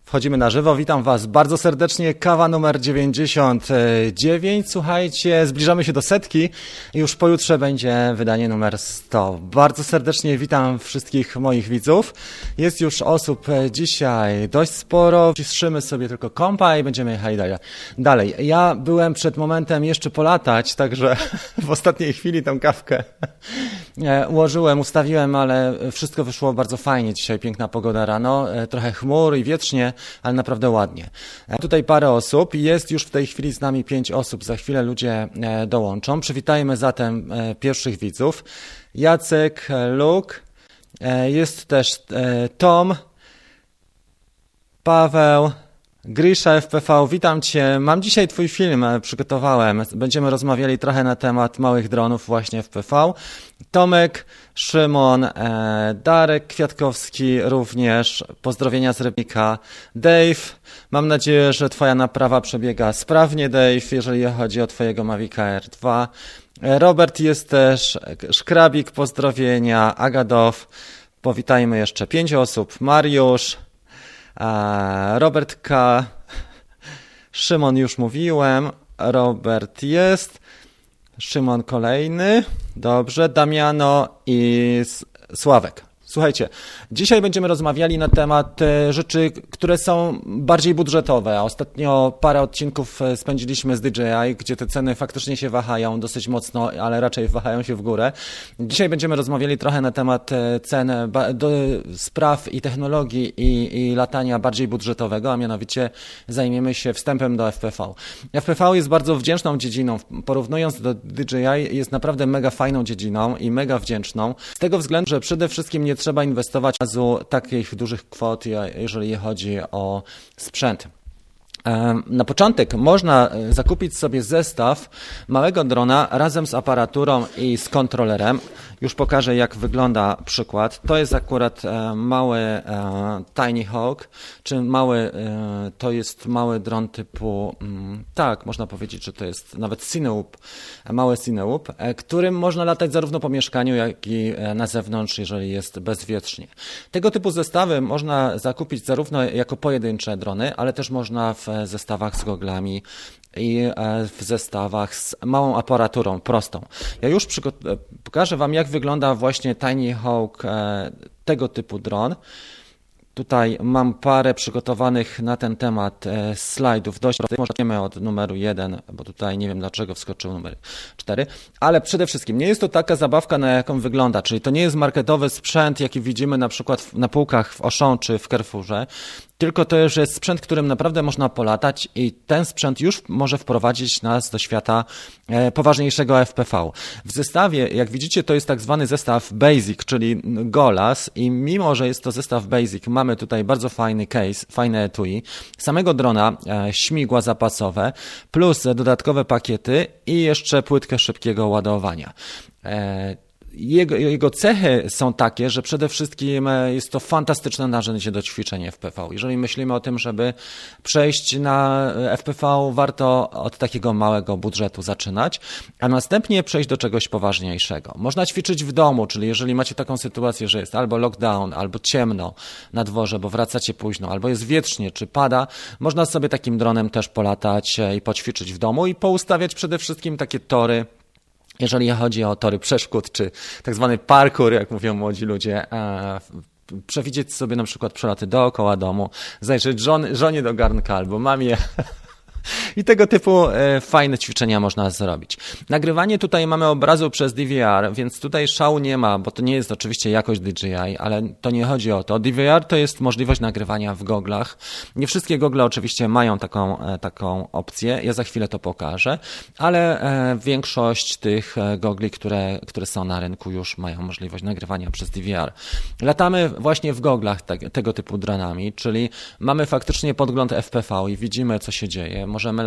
Wchodzimy na żywo, witam Was bardzo serdecznie, kawa numer 99, słuchajcie, zbliżamy się do 100 i już pojutrze będzie wydanie numer 100. Bardzo serdecznie witam wszystkich moich widzów, jest już osób dzisiaj dość sporo, wciszymy sobie tylko kompa i będziemy jechali dalej. Ja byłem przed momentem jeszcze polatać, także w ostatniej chwili tą kawkę ułożyłem, ustawiłem, ale wszystko wyszło bardzo fajnie, dzisiaj piękna pogoda rano, trochę chmur i wietrznie, ale naprawdę ładnie. Tutaj parę osób, jest już w tej chwili z nami 5 osób, za chwilę ludzie dołączą. Przywitajmy zatem pierwszych widzów. Jacek, Luke, jest też Tom, Paweł, Grisza FPV, witam Cię. Mam dzisiaj Twój film, przygotowałem. Będziemy rozmawiali trochę na temat małych dronów właśnie FPV. Tomek, Szymon, Darek Kwiatkowski również, pozdrowienia z Rybnika. Dave, mam nadzieję, że Twoja naprawa przebiega sprawnie, Dave, jeżeli chodzi o Twojego Mavica R2. Robert jest też, Szkrabik, pozdrowienia, Agadow, powitajmy jeszcze 5 osób, Mariusz, Robert K., Szymon już mówiłem, Robert jest, Szymon kolejny, dobrze, Damiano i Sławek. Słuchajcie, dzisiaj będziemy rozmawiali na temat rzeczy, które są bardziej budżetowe. Ostatnio parę odcinków spędziliśmy z DJI, gdzie te ceny faktycznie się wahają dosyć mocno, ale raczej wahają się w górę. Dzisiaj będziemy rozmawiali trochę na temat cen, spraw i technologii i latania bardziej budżetowego, a mianowicie zajmiemy się wstępem do FPV. FPV jest bardzo wdzięczną dziedziną. Porównując do DJI, jest naprawdę mega fajną dziedziną i mega wdzięczną. Z tego względu, że przede wszystkim nie trzeba inwestować razu takich dużych kwot, jeżeli chodzi o sprzęt. Na początek można zakupić sobie zestaw małego drona razem z aparaturą i z kontrolerem. Już pokażę, jak wygląda przykład. To jest akurat mały Tiny Hawk, czy to jest mały dron typu, tak, można powiedzieć, że to jest nawet Cinewoop, mały Cinewoop, którym można latać zarówno po mieszkaniu, jak i na zewnątrz, jeżeli jest bezwietrznie. Tego typu zestawy można zakupić zarówno jako pojedyncze drony, ale też można w zestawach z goglami i w zestawach z małą aparaturą prostą. Ja już pokażę Wam, jak wygląda właśnie Tiny Hawk, tego typu dron. Tutaj mam parę przygotowanych na ten temat slajdów. Możemy od numeru 1, bo tutaj nie wiem dlaczego wskoczył numer 4, ale przede wszystkim nie jest to taka zabawka, na jaką wygląda, czyli to nie jest marketowy sprzęt, jaki widzimy na przykład na półkach w Auchan czy w Carrefourze, tylko to już jest sprzęt, którym naprawdę można polatać i ten sprzęt już może wprowadzić nas do świata poważniejszego FPV. W zestawie, jak widzicie, to jest tak zwany zestaw Basic, czyli GOLAS i mimo, że jest to zestaw Basic, mamy tutaj bardzo fajny case, fajne etui, samego drona, śmigła zapasowe, plus dodatkowe pakiety i jeszcze płytkę szybkiego ładowania. Jego cechy są takie, że przede wszystkim jest to fantastyczne narzędzie do ćwiczenia FPV. Jeżeli myślimy o tym, żeby przejść na FPV, warto od takiego małego budżetu zaczynać, a następnie przejść do czegoś poważniejszego. Można ćwiczyć w domu, czyli jeżeli macie taką sytuację, że jest albo lockdown, albo ciemno na dworze, bo wracacie późno, albo jest wietrznie, czy pada, można sobie takim dronem też polatać i poćwiczyć w domu i poustawiać przede wszystkim takie tory, jeżeli chodzi o tory przeszkód, czy tak zwany parkour, jak mówią młodzi ludzie, przewidzieć sobie na przykład przeloty dookoła domu, zajrzeć żonie do garnka albo mamie i tego typu fajne ćwiczenia można zrobić. Nagrywanie tutaj mamy obrazu przez DVR, więc tutaj szału nie ma, bo to nie jest oczywiście jakość DJI, ale to nie chodzi o to. DVR to jest możliwość nagrywania w goglach. Nie wszystkie gogle oczywiście mają taką opcję, ja za chwilę to pokażę, ale większość tych gogli, które są na rynku, już mają możliwość nagrywania przez DVR. Latamy właśnie w goglach tego typu dronami, czyli mamy faktycznie podgląd FPV i widzimy, co się dzieje. Możemy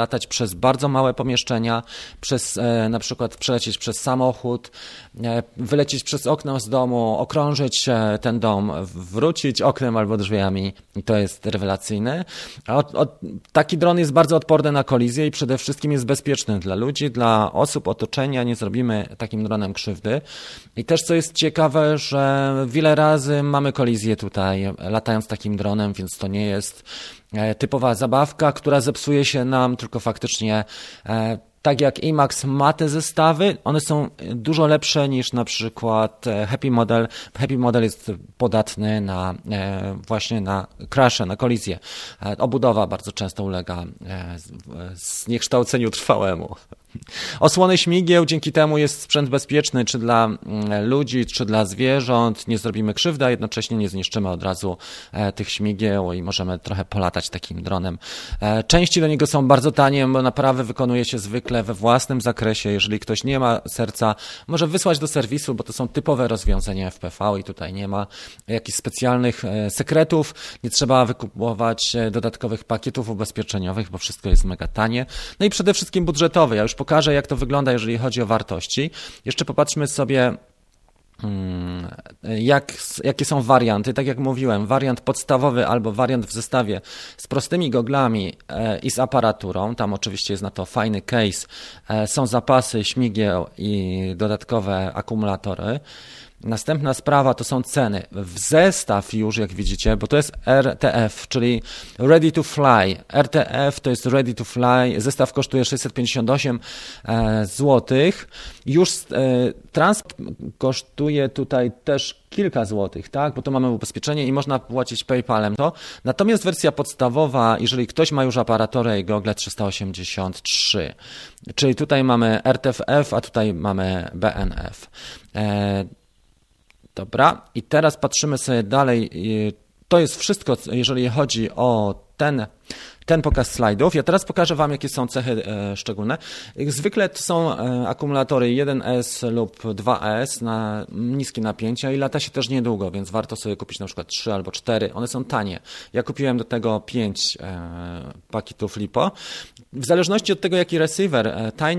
latać przez bardzo małe pomieszczenia, na przykład przelecieć przez samochód, wylecieć przez okno z domu, okrążyć ten dom, wrócić oknem albo drzwiami i to jest rewelacyjne. Taki dron jest bardzo odporny na kolizję i przede wszystkim jest bezpieczny dla ludzi, dla osób, otoczenia, nie zrobimy takim dronem krzywdy. I też co jest ciekawe, że wiele razy mamy kolizję tutaj latając takim dronem, więc to nie jest typowa zabawka, która zepsuje się nam, tylko faktycznie tak jak IMAX ma te zestawy, one są dużo lepsze niż na przykład Happy Model. Happy Model jest podatny właśnie na crashe, na kolizję. Obudowa bardzo często ulega zniekształceniu trwałemu. Osłony śmigieł, dzięki temu jest sprzęt bezpieczny, czy dla ludzi, czy dla zwierząt. Nie zrobimy krzywdy, a jednocześnie nie zniszczymy od razu tych śmigieł i możemy trochę polatać takim dronem. Części do niego są bardzo tanie, bo naprawy wykonuje się zwykle we własnym zakresie. Jeżeli ktoś nie ma serca, może wysłać do serwisu, bo to są typowe rozwiązania FPV i tutaj nie ma jakichś specjalnych sekretów. Nie trzeba wykupować dodatkowych pakietów ubezpieczeniowych, bo wszystko jest mega tanie. No i przede wszystkim budżetowe. Ja już pokażę, jak to wygląda, jeżeli chodzi o wartości. Jeszcze popatrzmy sobie, jakie są warianty. Tak jak mówiłem, wariant podstawowy albo wariant w zestawie z prostymi goglami i z aparaturą. Tam oczywiście jest na to fajny case. Są zapasy śmigieł i dodatkowe akumulatory. Następna sprawa to są ceny. W zestaw już, jak widzicie, bo to jest RTF, czyli Ready to Fly. RTF to jest Ready to Fly. Zestaw kosztuje 658 zł. Już transport kosztuje tutaj też kilka złotych, tak? Bo to mamy ubezpieczenie i można płacić PayPalem to. Natomiast wersja podstawowa, jeżeli ktoś ma już aparaturę i gogle, 383. Czyli tutaj mamy RTF, a tutaj mamy BNF. Dobra, i teraz patrzymy sobie dalej. To jest wszystko, jeżeli chodzi o ten pokaz slajdów. Ja teraz pokażę Wam, jakie są cechy szczególne. Zwykle to są akumulatory 1S lub 2S na niskie napięcia i lata się też niedługo, więc warto sobie kupić na przykład 3 albo 4. One są tanie. Ja kupiłem do tego 5 pakietów LiPo. W zależności od tego, jaki receiver,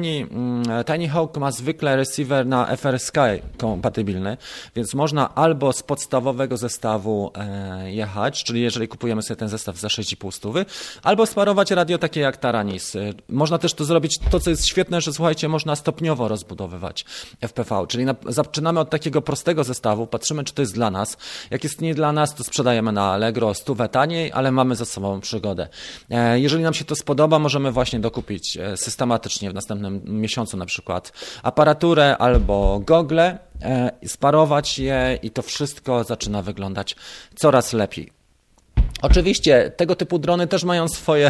Tiny Hawk ma zwykle receiver na FrSky kompatybilny, więc można albo z podstawowego zestawu jechać, czyli jeżeli kupujemy sobie ten zestaw za 6,5 stówy, albo sparować radio takie jak Taranis. Można też to zrobić, to co jest świetne, że słuchajcie, można stopniowo rozbudowywać FPV, czyli zaczynamy od takiego prostego zestawu, patrzymy, czy to jest dla nas. Jak jest nie dla nas, to sprzedajemy na Allegro 100 taniej, ale mamy za sobą przygodę. Jeżeli nam się to spodoba, możemy właśnie dokupić systematycznie w następnym miesiącu na przykład aparaturę albo gogle, sparować je i to wszystko zaczyna wyglądać coraz lepiej. Oczywiście tego typu drony też mają swoje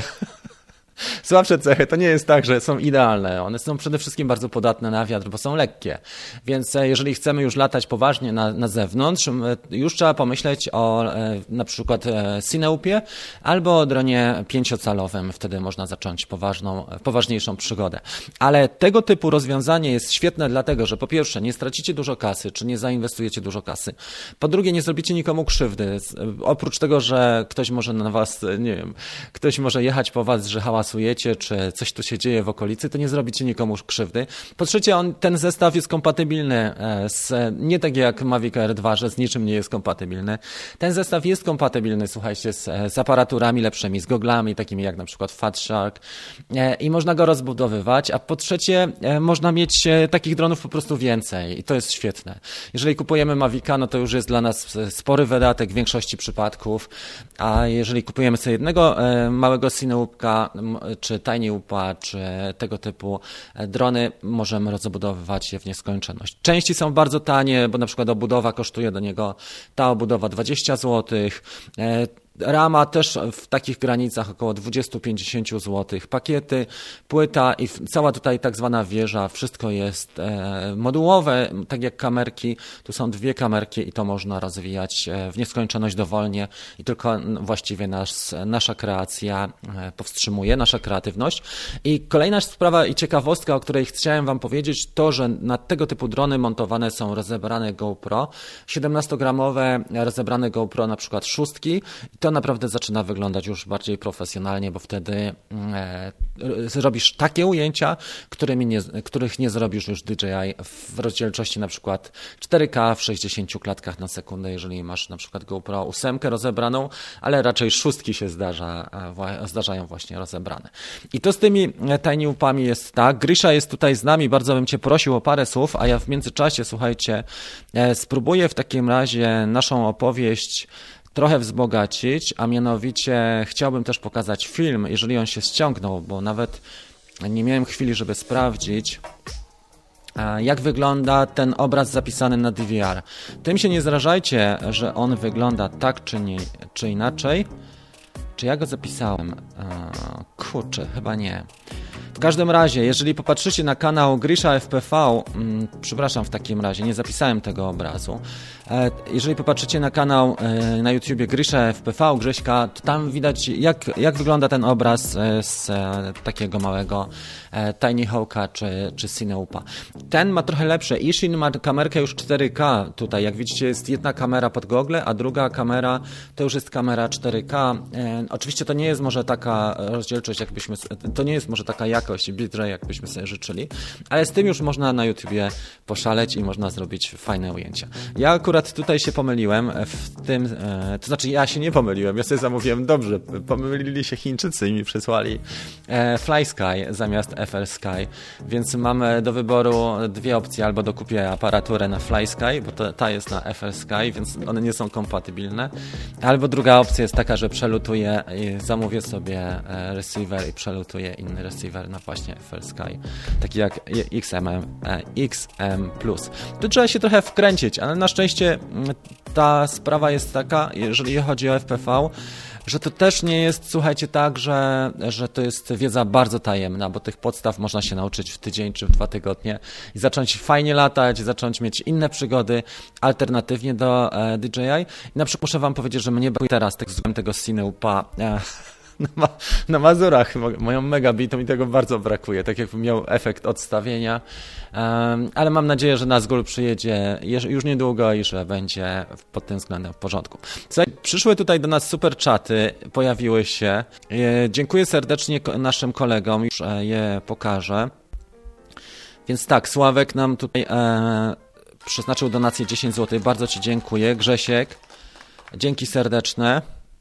słabsze cechy. To nie jest tak, że są idealne. One są przede wszystkim bardzo podatne na wiatr, bo są lekkie. Więc jeżeli chcemy już latać poważnie na zewnątrz, już trzeba pomyśleć o na przykład Cineupie albo o dronie 5-calowym. Wtedy można zacząć poważniejszą przygodę. Ale tego typu rozwiązanie jest świetne dlatego, że po pierwsze nie stracicie dużo kasy, czy nie zainwestujecie dużo kasy. Po drugie nie zrobicie nikomu krzywdy. Oprócz tego, że ktoś może na was, nie wiem, ktoś może jechać po was, że hałasujecie, czy coś tu się dzieje w okolicy, to nie zrobicie nikomu krzywdy. Po trzecie, ten zestaw jest kompatybilny nie tak jak Mavic Air 2, że z niczym nie jest kompatybilny. Ten zestaw jest kompatybilny, słuchajcie, z aparaturami lepszymi, z goglami, takimi jak na przykład Fat Shark i można go rozbudowywać, a po trzecie, można mieć takich dronów po prostu więcej i to jest świetne. Jeżeli kupujemy Mavica, no to już jest dla nas spory wydatek w większości przypadków, a jeżeli kupujemy sobie jednego małego Cineupka, czy Tineupa, czy tego typu drony, możemy rozbudowywać je w nieskończoność. Części są bardzo tanie, bo na przykład obudowa kosztuje do niego, ta obudowa 20 zł, rama też w takich granicach około 20-50 zł. Pakiety, płyta i cała tutaj tak zwana wieża, wszystko jest modułowe, tak jak kamerki. Tu są 2 kamerki i to można rozwijać w nieskończoność dowolnie i tylko właściwie nasza kreacja powstrzymuje, nasza kreatywność. I kolejna sprawa i ciekawostka, o której chciałem Wam powiedzieć, to, że na tego typu drony montowane są rozebrane GoPro, 17-gramowe rozebrane GoPro, na przykład 6. to naprawdę zaczyna wyglądać już bardziej profesjonalnie, bo wtedy zrobisz takie ujęcia, których nie zrobisz już DJI w rozdzielczości na przykład 4K w 60 klatkach na sekundę, jeżeli masz na przykład GoPro 8 rozebraną, ale raczej 6 się zdarzają właśnie rozebrane. I to z tymi Tiny Whoopami jest tak. Grisha jest tutaj z nami, bardzo bym Cię prosił o parę słów, a ja w międzyczasie, słuchajcie, spróbuję w takim razie naszą opowieść trochę wzbogacić, a mianowicie chciałbym też pokazać film, jeżeli on się ściągnął, bo nawet nie miałem chwili, żeby sprawdzić, jak wygląda ten obraz zapisany na DVR. Tym się nie zrażajcie, że on wygląda tak czy inaczej. Czy ja go zapisałem? Kurczę, chyba nie. W każdym razie, jeżeli popatrzycie na kanał Grisha FPV, przepraszam w takim razie, nie zapisałem tego obrazu. Jeżeli popatrzycie na kanał na YouTubie Grisha FPV, Grześka, to tam widać jak wygląda ten obraz z takiego małego Tiny Hawka czy Cinewhoopa. Ten ma trochę lepsze. Ishin ma kamerkę już 4K tutaj. Jak widzicie, jest jedna kamera pod gogle, a druga kamera to już jest kamera 4K. Oczywiście to nie jest może taka rozdzielczość, to nie jest może taka jakość bitrate, jakbyśmy sobie życzyli, ale z tym już można na YouTubie poszaleć i można zrobić fajne ujęcia. Ja akurat tutaj się pomyliłem w tym, to znaczy ja się nie pomyliłem, ja sobie zamówiłem dobrze, pomylili się Chińczycy i mi przysłali FlySky zamiast FrSky, więc mamy do wyboru dwie opcje, albo dokupię aparaturę na FlySky, bo ta jest na FrSky, więc one nie są kompatybilne, albo druga opcja jest taka, że przelutuję i zamówię sobie receiver i przelutuję inny receiver na właśnie FrSky, taki jak XM+. Tu trzeba się trochę wkręcić, ale na szczęście ta sprawa jest taka, jeżeli chodzi o FPV, że to też nie jest, słuchajcie, tak, że to jest wiedza bardzo tajemna, bo tych podstaw można się nauczyć w tydzień czy w 2 tygodnie i zacząć fajnie latać, zacząć mieć inne przygody alternatywnie do DJI. I na przykład muszę wam powiedzieć, że mnie teraz tego Cinewhoopa na Mazurach, moją megabitą i tego bardzo brakuje, tak jakbym miał efekt odstawienia, ale mam nadzieję, że Nazgul przyjedzie już niedługo i że będzie pod tym względem w porządku. Przyszły tutaj do nas super czaty, pojawiły się. Dziękuję serdecznie naszym kolegom, już je pokażę. Więc tak, Sławek nam tutaj przeznaczył donację 10 zł, bardzo Ci dziękuję. Grzesiek, dzięki serdeczne.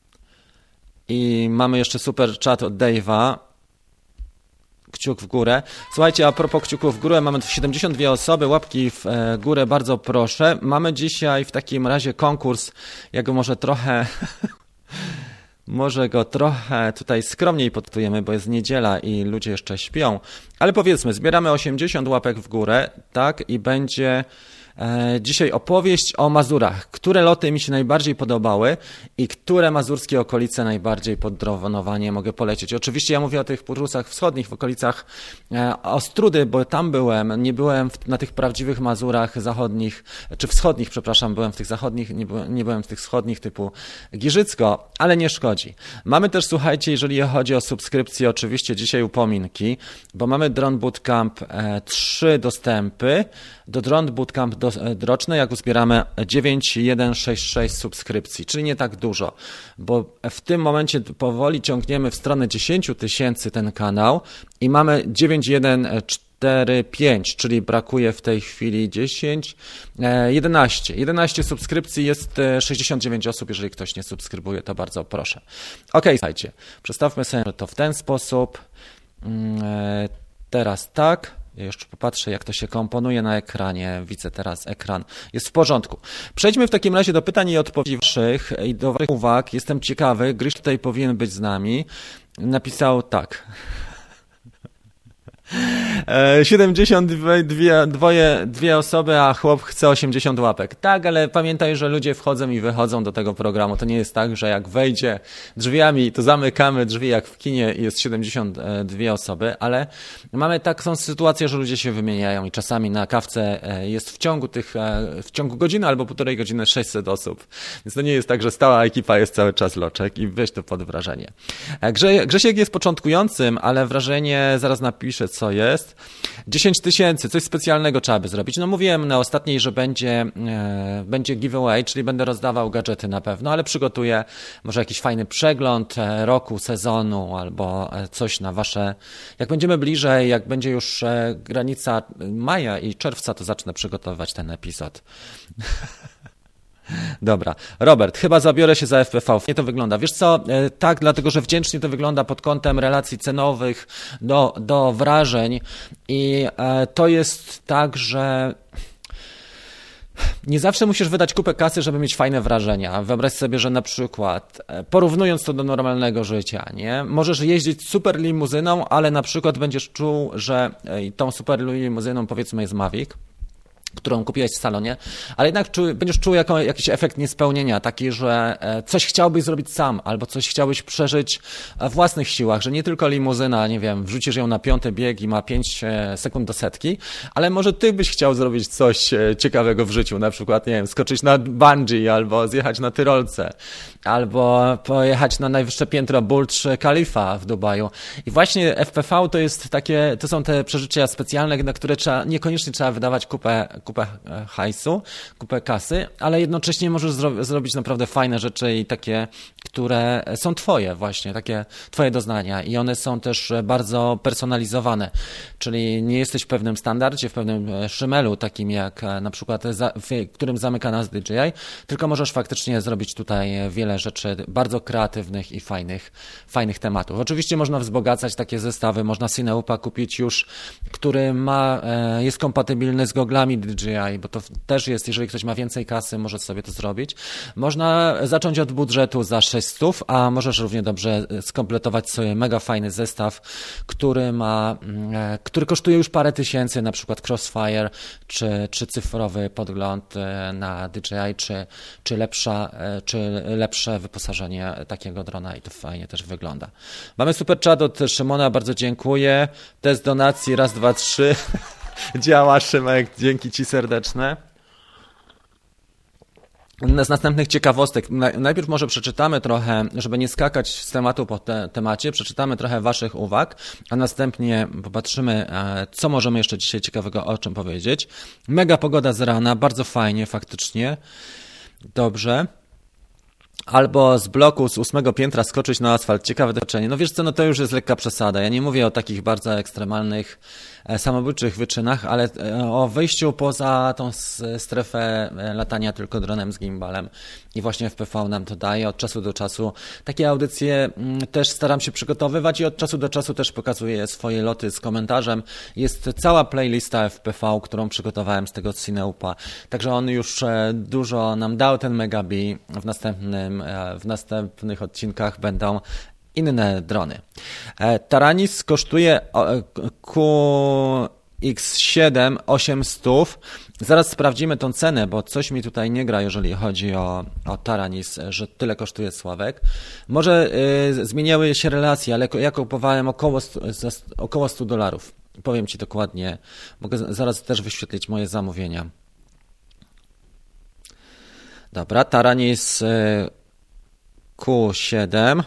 I mamy jeszcze super chat od Dave'a. Kciuk w górę. Słuchajcie, a propos kciuków w górę, mamy 72 osoby, łapki w górę, bardzo proszę. Mamy dzisiaj w takim razie konkurs, ja go może go trochę tutaj skromniej podtujemy, bo jest niedziela i ludzie jeszcze śpią, ale powiedzmy, zbieramy 80 łapek w górę, tak, i będzie dzisiaj opowieść o Mazurach. Które loty mi się najbardziej podobały i które mazurskie okolice najbardziej pod dronowanie mogę polecieć. Oczywiście ja mówię o tych półrusach wschodnich, w okolicach Ostrudy, bo tam byłem, nie byłem na tych prawdziwych Mazurach zachodnich, czy wschodnich, przepraszam, byłem w tych zachodnich, nie byłem w tych wschodnich typu Giżycko, ale nie szkodzi. Mamy też, słuchajcie, jeżeli chodzi o subskrypcję, oczywiście dzisiaj upominki, bo mamy Drone Bootcamp 3 dostępy. Do Drone Bootcamp roczne, jak uzbieramy 9166 subskrypcji, czyli nie tak dużo, bo w tym momencie powoli ciągniemy w stronę 10 000 ten kanał i mamy 9145, czyli brakuje w tej chwili 11 subskrypcji, jest 69 osób, jeżeli ktoś nie subskrybuje, to bardzo proszę. Ok, słuchajcie, przestawmy sobie to w ten sposób, teraz tak. Ja jeszcze popatrzę, jak to się komponuje na ekranie. Widzę teraz ekran. Jest w porządku. Przejdźmy w takim razie do pytań i odpowiedzi waszych i do waszych uwag. Jestem ciekawy. Gryś tutaj powinien być z nami. Napisał tak. 72 osoby, a chłop chce 80 łapek. Tak, ale pamiętaj, że ludzie wchodzą i wychodzą do tego programu. To nie jest tak, że jak wejdzie drzwiami, to zamykamy drzwi jak w kinie i jest 72 osoby, ale mamy taką sytuację, że ludzie się wymieniają i czasami na kawce jest w ciągu godziny albo półtorej godziny 600 osób. Więc to nie jest tak, że stała ekipa jest cały czas loczek i weź to pod wrażenie. Grzesiek jest początkującym, ale wrażenie zaraz napiszę, co jest. jest. 10 000, coś specjalnego trzeba by zrobić. No mówiłem na ostatniej, że będzie giveaway, czyli będę rozdawał gadżety na pewno, ale przygotuję może jakiś fajny przegląd roku, sezonu albo coś na wasze... Jak będziemy bliżej, jak będzie już granica maja i czerwca, to zacznę przygotowywać ten epizod. Dobra, Robert, chyba zabiorę się za FPV. Nie to wygląda. Wiesz co, tak, dlatego że wdzięcznie to wygląda pod kątem relacji cenowych do wrażeń i to jest tak, że nie zawsze musisz wydać kupę kasy, żeby mieć fajne wrażenia. Wyobraź sobie, że na przykład, porównując to do normalnego życia, nie? Możesz jeździć super limuzyną, ale na przykład będziesz czuł, że tą super limuzyną powiedzmy jest Mavic, którą kupiłeś w salonie, ale jednak będziesz czuł jakiś efekt niespełnienia, taki, że coś chciałbyś zrobić sam, albo coś chciałbyś przeżyć w własnych siłach, że nie tylko limuzyna, nie wiem, wrzucisz ją na 5. bieg i ma 5 sekund do setki, ale może ty byś chciał zrobić coś ciekawego w życiu, na przykład, nie wiem, skoczyć na bungee, albo zjechać na Tyrolce, albo pojechać na najwyższe piętro Burj Khalifa w Dubaju. I właśnie FPV to są te przeżycia specjalne, na które niekoniecznie trzeba wydawać kupę hajsu, kupę kasy, ale jednocześnie możesz zrobić naprawdę fajne rzeczy i takie, które są twoje właśnie, takie twoje doznania i one są też bardzo personalizowane, czyli nie jesteś w pewnym standardzie, w pewnym szymelu, takim jak na przykład, w którym zamyka nas DJI, tylko możesz faktycznie zrobić tutaj wiele rzeczy bardzo kreatywnych i fajnych tematów. Oczywiście można wzbogacać takie zestawy, można Cineupa kupić już, który jest kompatybilny z goglami DJI, bo to też jest, jeżeli ktoś ma więcej kasy, może sobie to zrobić. Można zacząć od budżetu za 600, a możesz równie dobrze skompletować sobie mega fajny zestaw, który kosztuje już parę tysięcy, na przykład Crossfire, czy cyfrowy podgląd na DJI, czy lepsze wyposażenie takiego drona i to fajnie też wygląda. Mamy super chat od Szymona, bardzo dziękuję. Test donacji, raz, dwa, trzy. Działa, Szymek, dzięki ci serdeczne. Z następnych ciekawostek, najpierw może przeczytamy trochę, żeby nie skakać z tematu po temacie, przeczytamy trochę waszych uwag, a następnie popatrzymy, co możemy jeszcze dzisiaj ciekawego o czym powiedzieć. Mega pogoda z rana, bardzo fajnie faktycznie, dobrze. Albo z bloku z 8. piętra skoczyć na asfalt. Ciekawe doświadczenie. No wiesz co, no to już jest lekka przesada. Ja nie mówię o takich bardzo ekstremalnych, samobójczych wyczynach, ale o wyjściu poza tą strefę latania tylko dronem z gimbalem. I właśnie FPV nam to daje od czasu do czasu. Takie audycje też staram się przygotowywać i od czasu do czasu też pokazuję swoje loty z komentarzem. Jest cała playlista FPV, którą przygotowałem z tego Cineupa. Także on już dużo nam dał, ten Megabi. W następnych odcinkach będą inne drony. Taranis kosztuje QX7 800. Zaraz sprawdzimy tą cenę, bo coś mi tutaj nie gra, jeżeli chodzi o Taranis, że tyle kosztuje Sławek. Może zmieniały się relacje, ale ja kupowałem około $100. Powiem ci dokładnie. Mogę zaraz też wyświetlić moje zamówienia. Dobra, Taranis Q7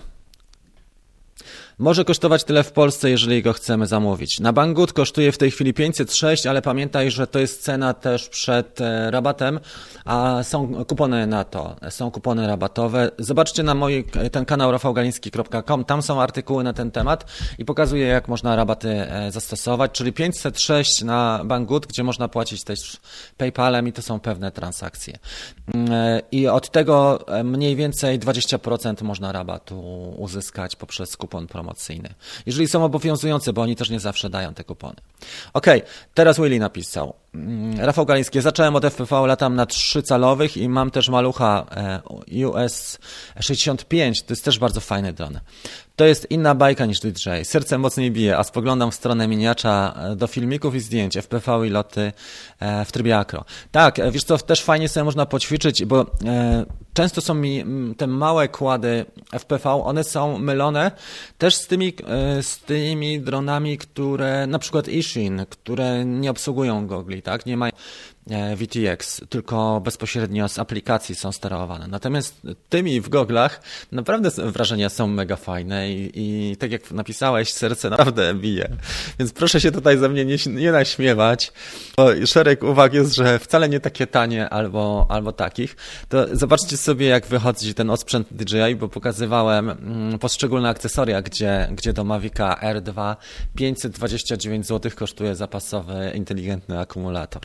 może kosztować tyle w Polsce, jeżeli go chcemy zamówić. Na Banggood kosztuje w tej chwili 506, ale pamiętaj, że to jest cena też przed rabatem, a są kupony na to, są kupony rabatowe. Zobaczcie na ten kanał rafałgaliński.com, tam są artykuły na ten temat i pokazuję, jak można rabaty zastosować, czyli 506 na Banggood, gdzie można płacić też PayPalem i to są pewne transakcje. I od tego mniej więcej 20% można rabatu uzyskać poprzez kupon promocyjny. Jeżeli są obowiązujące, bo oni też nie zawsze dają te kupony. Okej, teraz Willy napisał. Rafał Galiński, zacząłem od FPV, latam na 3-calowych i mam też malucha US 65, to jest też bardzo fajny dron. To jest inna bajka niż DJI. Serce mocniej bije, a spoglądam w stronę miniacza do filmików i zdjęć, FPV i loty w trybie akro. Tak, wiesz co, też fajnie sobie można poćwiczyć, bo często są mi te małe kłady FPV, one są mylone też z tymi dronami, które na przykład Ishin, które nie obsługują gogli, tak? Nie mają. VTX, tylko bezpośrednio z aplikacji są sterowane. Natomiast tymi w goglach naprawdę wrażenia są mega fajne i tak jak napisałeś, serce naprawdę bije. Więc proszę się tutaj ze mnie nie naśmiewać, bo szereg uwag jest, że wcale nie takie tanie albo takich. To zobaczcie sobie, jak wychodzi ten osprzęt DJI, bo pokazywałem poszczególne akcesoria, gdzie do Mavica R2 529 zł kosztuje zapasowy, inteligentny akumulator.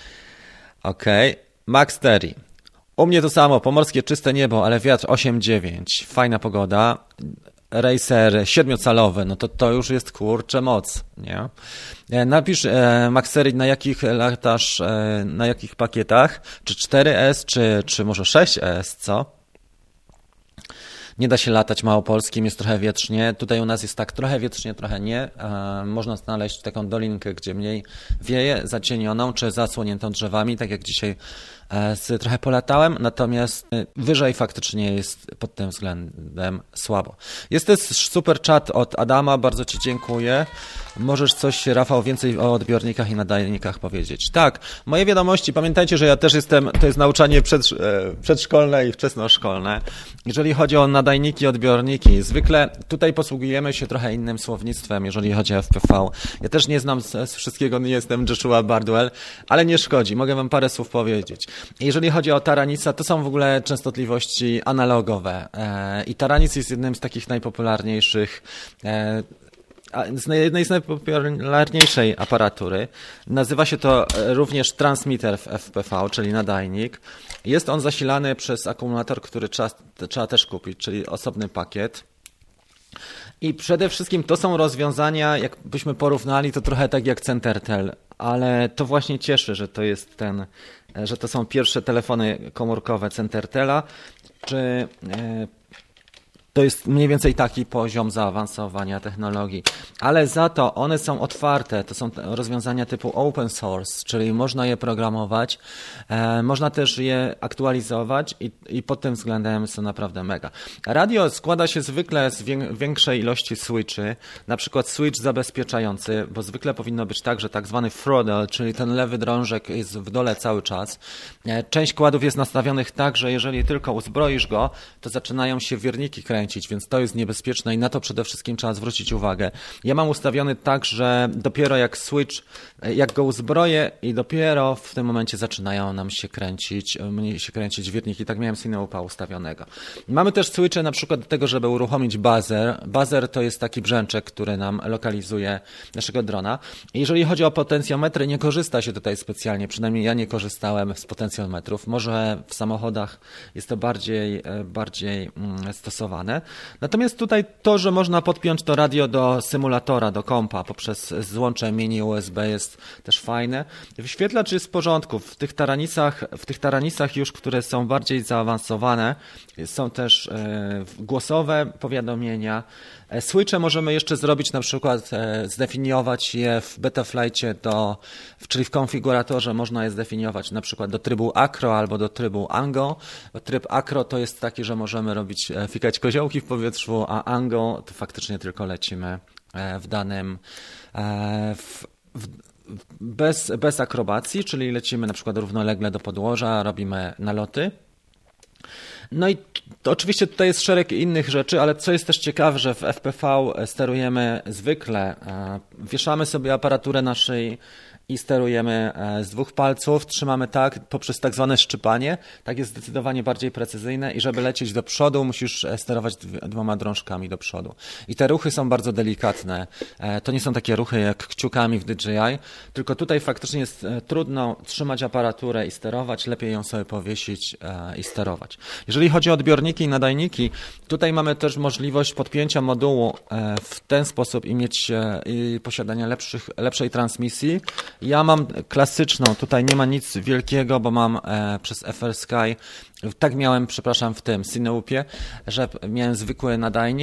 Okej. Max Terry. U mnie to samo, pomorskie czyste niebo, ale wiatr 8,9. Fajna pogoda. Racer 7-calowy, no to już jest kurczę moc, nie? Napisz Max Terry, na jakich latasz, na jakich pakietach, czy 4S, czy może 6S, co? Nie da się latać małopolskim, jest trochę wietrznie. Tutaj u nas jest tak trochę wietrznie, trochę nie. Można znaleźć taką dolinkę, gdzie mniej wieje, zacienioną czy zasłoniętą drzewami, tak jak dzisiaj trochę polatałem, natomiast wyżej faktycznie jest pod tym względem słabo. Jest też super czat od Adama, bardzo Ci dziękuję. Możesz coś, Rafał, więcej o odbiornikach i nadajnikach powiedzieć? Tak, moje wiadomości, pamiętajcie, że ja też jestem, to jest nauczanie przedszkolne i wczesnoszkolne. Jeżeli chodzi o nadajniki i odbiorniki, zwykle tutaj posługujemy się trochę innym słownictwem, jeżeli chodzi o FPV. Ja też nie znam z wszystkiego, nie jestem Joshua Bardwell, ale nie szkodzi, mogę Wam parę słów powiedzieć. Jeżeli chodzi o Taranica, to są w ogóle częstotliwości analogowe i Taranic jest jednym z takich najpopularniejszych, jednej z najpopularniejszej aparatury. Nazywa się to również transmitter w FPV, czyli nadajnik. Jest on zasilany przez akumulator, który trzeba też kupić, czyli osobny pakiet. I przede wszystkim to są rozwiązania, jakbyśmy porównali, to trochę tak jak Centertel, ale to właśnie cieszy, że to jest że to są pierwsze telefony komórkowe Centertela, czy to jest mniej więcej taki poziom zaawansowania technologii, ale za to one są otwarte, to są rozwiązania typu open source, czyli można je programować, można też je aktualizować i pod tym względem są naprawdę mega. Radio składa się zwykle z większej ilości switchy, na przykład switch zabezpieczający, bo zwykle powinno być tak, że tak zwany throttle, czyli ten lewy drążek jest w dole cały czas. Część kładów jest nastawionych tak, że jeżeli tylko uzbroisz go, to zaczynają się wierniki kręcić, więc to jest niebezpieczne i na to przede wszystkim trzeba zwrócić uwagę. Ja mam ustawiony tak, że dopiero jak go uzbroję i dopiero w tym momencie zaczynają nam się kręcić wierniki. Tak miałem Cineupa ustawionego. Mamy też switche na przykład do tego, żeby uruchomić buzzer. Buzzer to jest taki brzęczek, który nam lokalizuje naszego drona. I jeżeli chodzi o potencjometry, nie korzysta się tutaj specjalnie, przynajmniej ja nie korzystałem z potencjometrów. Może w samochodach jest to bardziej stosowane. Natomiast tutaj to, że można podpiąć to radio do symulatora, do kompa poprzez złącze mini USB jest też fajne. Wyświetlacz jest w porządku. W tych taranicach już, które są bardziej zaawansowane, są też głosowe powiadomienia. Switche możemy jeszcze zrobić, na przykład zdefiniować je w Betaflightie, czyli w konfiguratorze można je zdefiniować na przykład do trybu acro albo do trybu ango. Tryb acro to jest taki, że możemy fikać koziołki w powietrzu, a ango to faktycznie tylko lecimy w danym bez akrobacji, czyli lecimy na przykład równolegle do podłoża, robimy naloty. No i to oczywiście tutaj jest szereg innych rzeczy, ale co jest też ciekawe, że w FPV sterujemy zwykle, wieszamy sobie aparaturę na szyi i sterujemy z 2 palców, trzymamy tak poprzez tak zwane szczypanie, tak jest zdecydowanie bardziej precyzyjne i żeby lecieć do przodu, musisz sterować 2 drążkami do przodu. I te ruchy są bardzo delikatne. To nie są takie ruchy jak kciukami w DJI, tylko tutaj faktycznie jest trudno trzymać aparaturę i sterować, lepiej ją sobie powiesić i sterować. Jeżeli chodzi o odbiorniki i nadajniki, tutaj mamy też możliwość podpięcia modułu w ten sposób i posiadania lepszej transmisji. Ja mam klasyczną, tutaj nie ma nic wielkiego, bo mam przez FR Sky, tak miałem, przepraszam, w tym Cineupie, że miałem zwykły nadajnik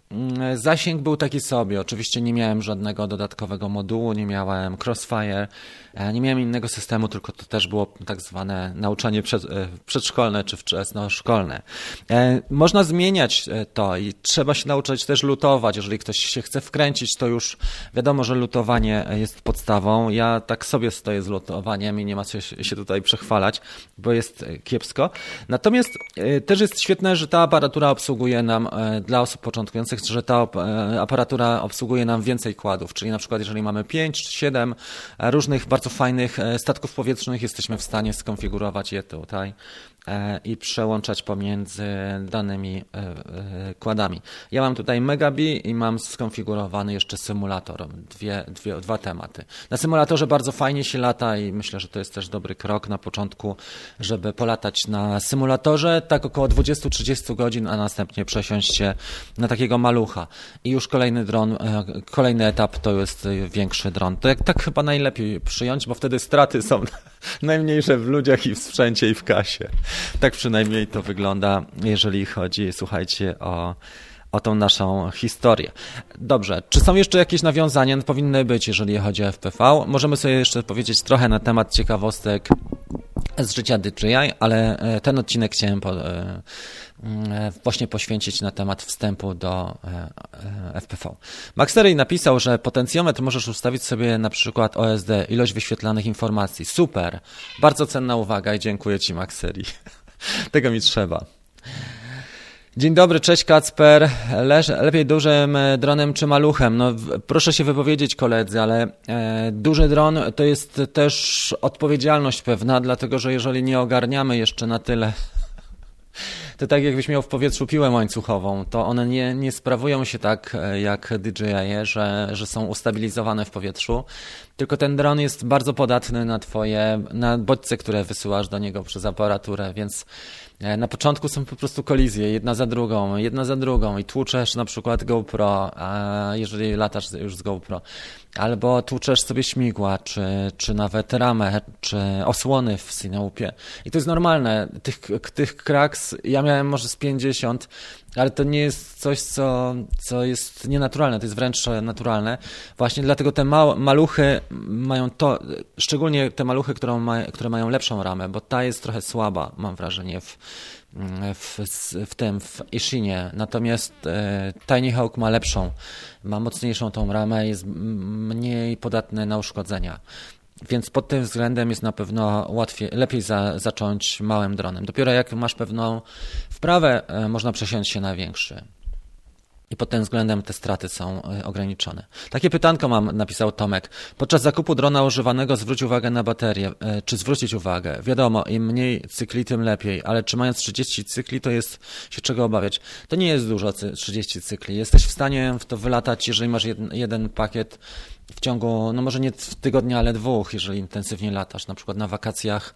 Zasięg był taki sobie. Oczywiście nie miałem żadnego dodatkowego modułu, nie miałem Crossfire, nie miałem innego systemu, tylko to też było tak zwane nauczanie przedszkolne czy wczesnoszkolne. Można zmieniać to i trzeba się nauczyć też lutować. Jeżeli ktoś się chce wkręcić, to już wiadomo, że lutowanie jest podstawą. Ja tak sobie stoję z lutowaniem i nie ma co się tutaj przechwalać, bo jest kiepsko. Natomiast też jest świetne, że ta aparatura obsługuje nam dla osób początkujących, że ta aparatura obsługuje nam więcej kładów, czyli na przykład jeżeli mamy 5 czy 7 różnych bardzo fajnych statków powietrznych, jesteśmy w stanie skonfigurować je tutaj i przełączać pomiędzy danymi kładami. Ja mam tutaj Megabi i mam skonfigurowany jeszcze symulator, dwa tematy. Na symulatorze bardzo fajnie się lata i myślę, że to jest też dobry krok na początku, żeby polatać na symulatorze tak około 20-30 godzin, a następnie przesiąść się na takiego malucha. I już kolejny dron, kolejny etap to jest większy dron. To tak chyba najlepiej przyjąć, bo wtedy straty są najmniejsze w ludziach i w sprzęcie i w kasie. Tak przynajmniej to wygląda, jeżeli chodzi, słuchajcie, o tą naszą historię. Dobrze, czy są jeszcze jakieś nawiązania? No, powinny być, jeżeli chodzi o FPV. Możemy sobie jeszcze powiedzieć trochę na temat ciekawostek z życia DJI, ale ten odcinek chciałem właśnie poświęcić na temat wstępu do FPV. Maxery napisał, że potencjometr możesz ustawić sobie na przykład OSD, ilość wyświetlanych informacji. Super, bardzo cenna uwaga i dziękuję Ci, Maxery. Tego mi trzeba. Dzień dobry, cześć Kacper. Lepiej dużym dronem czy maluchem? No, proszę się wypowiedzieć, koledzy, ale duży dron to jest też odpowiedzialność pewna, dlatego że jeżeli nie ogarniamy jeszcze na tyle, to tak jakbyś miał w powietrzu piłę łańcuchową, to one nie sprawują się tak jak DJI, że są ustabilizowane w powietrzu, tylko ten dron jest bardzo podatny na bodźce, które wysyłasz do niego przez aparaturę, więc na początku są po prostu kolizje, jedna za drugą i tłuczesz na przykład GoPro, a jeżeli latasz już z GoPro, albo tłuczesz sobie śmigła, czy nawet ramę, czy osłony w Cineupie. I to jest normalne. Tych kraks ja miałem może z 50, ale to nie jest coś, co jest nienaturalne, to jest wręcz naturalne. Właśnie dlatego te maluchy mają to, szczególnie te maluchy, które mają lepszą ramę, bo ta jest trochę słaba, mam wrażenie, w Ishinie. Natomiast Tiny Hawk ma lepszą, ma mocniejszą tą ramę, jest mniej podatny na uszkodzenia. Więc pod tym względem jest na pewno lepiej zacząć małym dronem. Dopiero jak masz pewną wprawę, można przesiąść się na większy. I pod tym względem te straty są ograniczone. Takie pytanko mam, napisał Tomek. Podczas zakupu drona używanego zwróć uwagę na baterię. Czy zwrócić uwagę? Wiadomo, im mniej cykli, tym lepiej, ale czy mając 30 cykli, to jest się czego obawiać? To nie jest dużo 30 cykli. Jesteś w stanie w to wylatać, jeżeli masz jeden pakiet w ciągu, no może nie w tygodniu, ale 2, jeżeli intensywnie latasz. Na przykład na wakacjach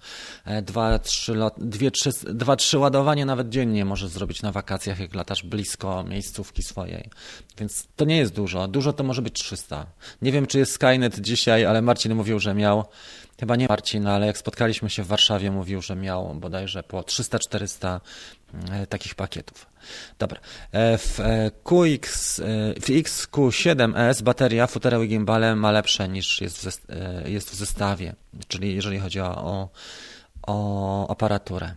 2-3 ładowania nawet dziennie możesz zrobić na wakacjach, jak latasz blisko miejscówki swojej. Więc to nie jest dużo. Dużo to może być 300. Nie wiem, czy jest Skynet dzisiaj, ale Marcin mówił, że miał, chyba nie Marcin, ale jak spotkaliśmy się w Warszawie, mówił, że miał bodajże po 300-400 takich pakietów. Dobra. W XQ7S bateria, futerał i gimbale ma lepsze niż jest w zestawie, czyli jeżeli chodzi o aparaturę.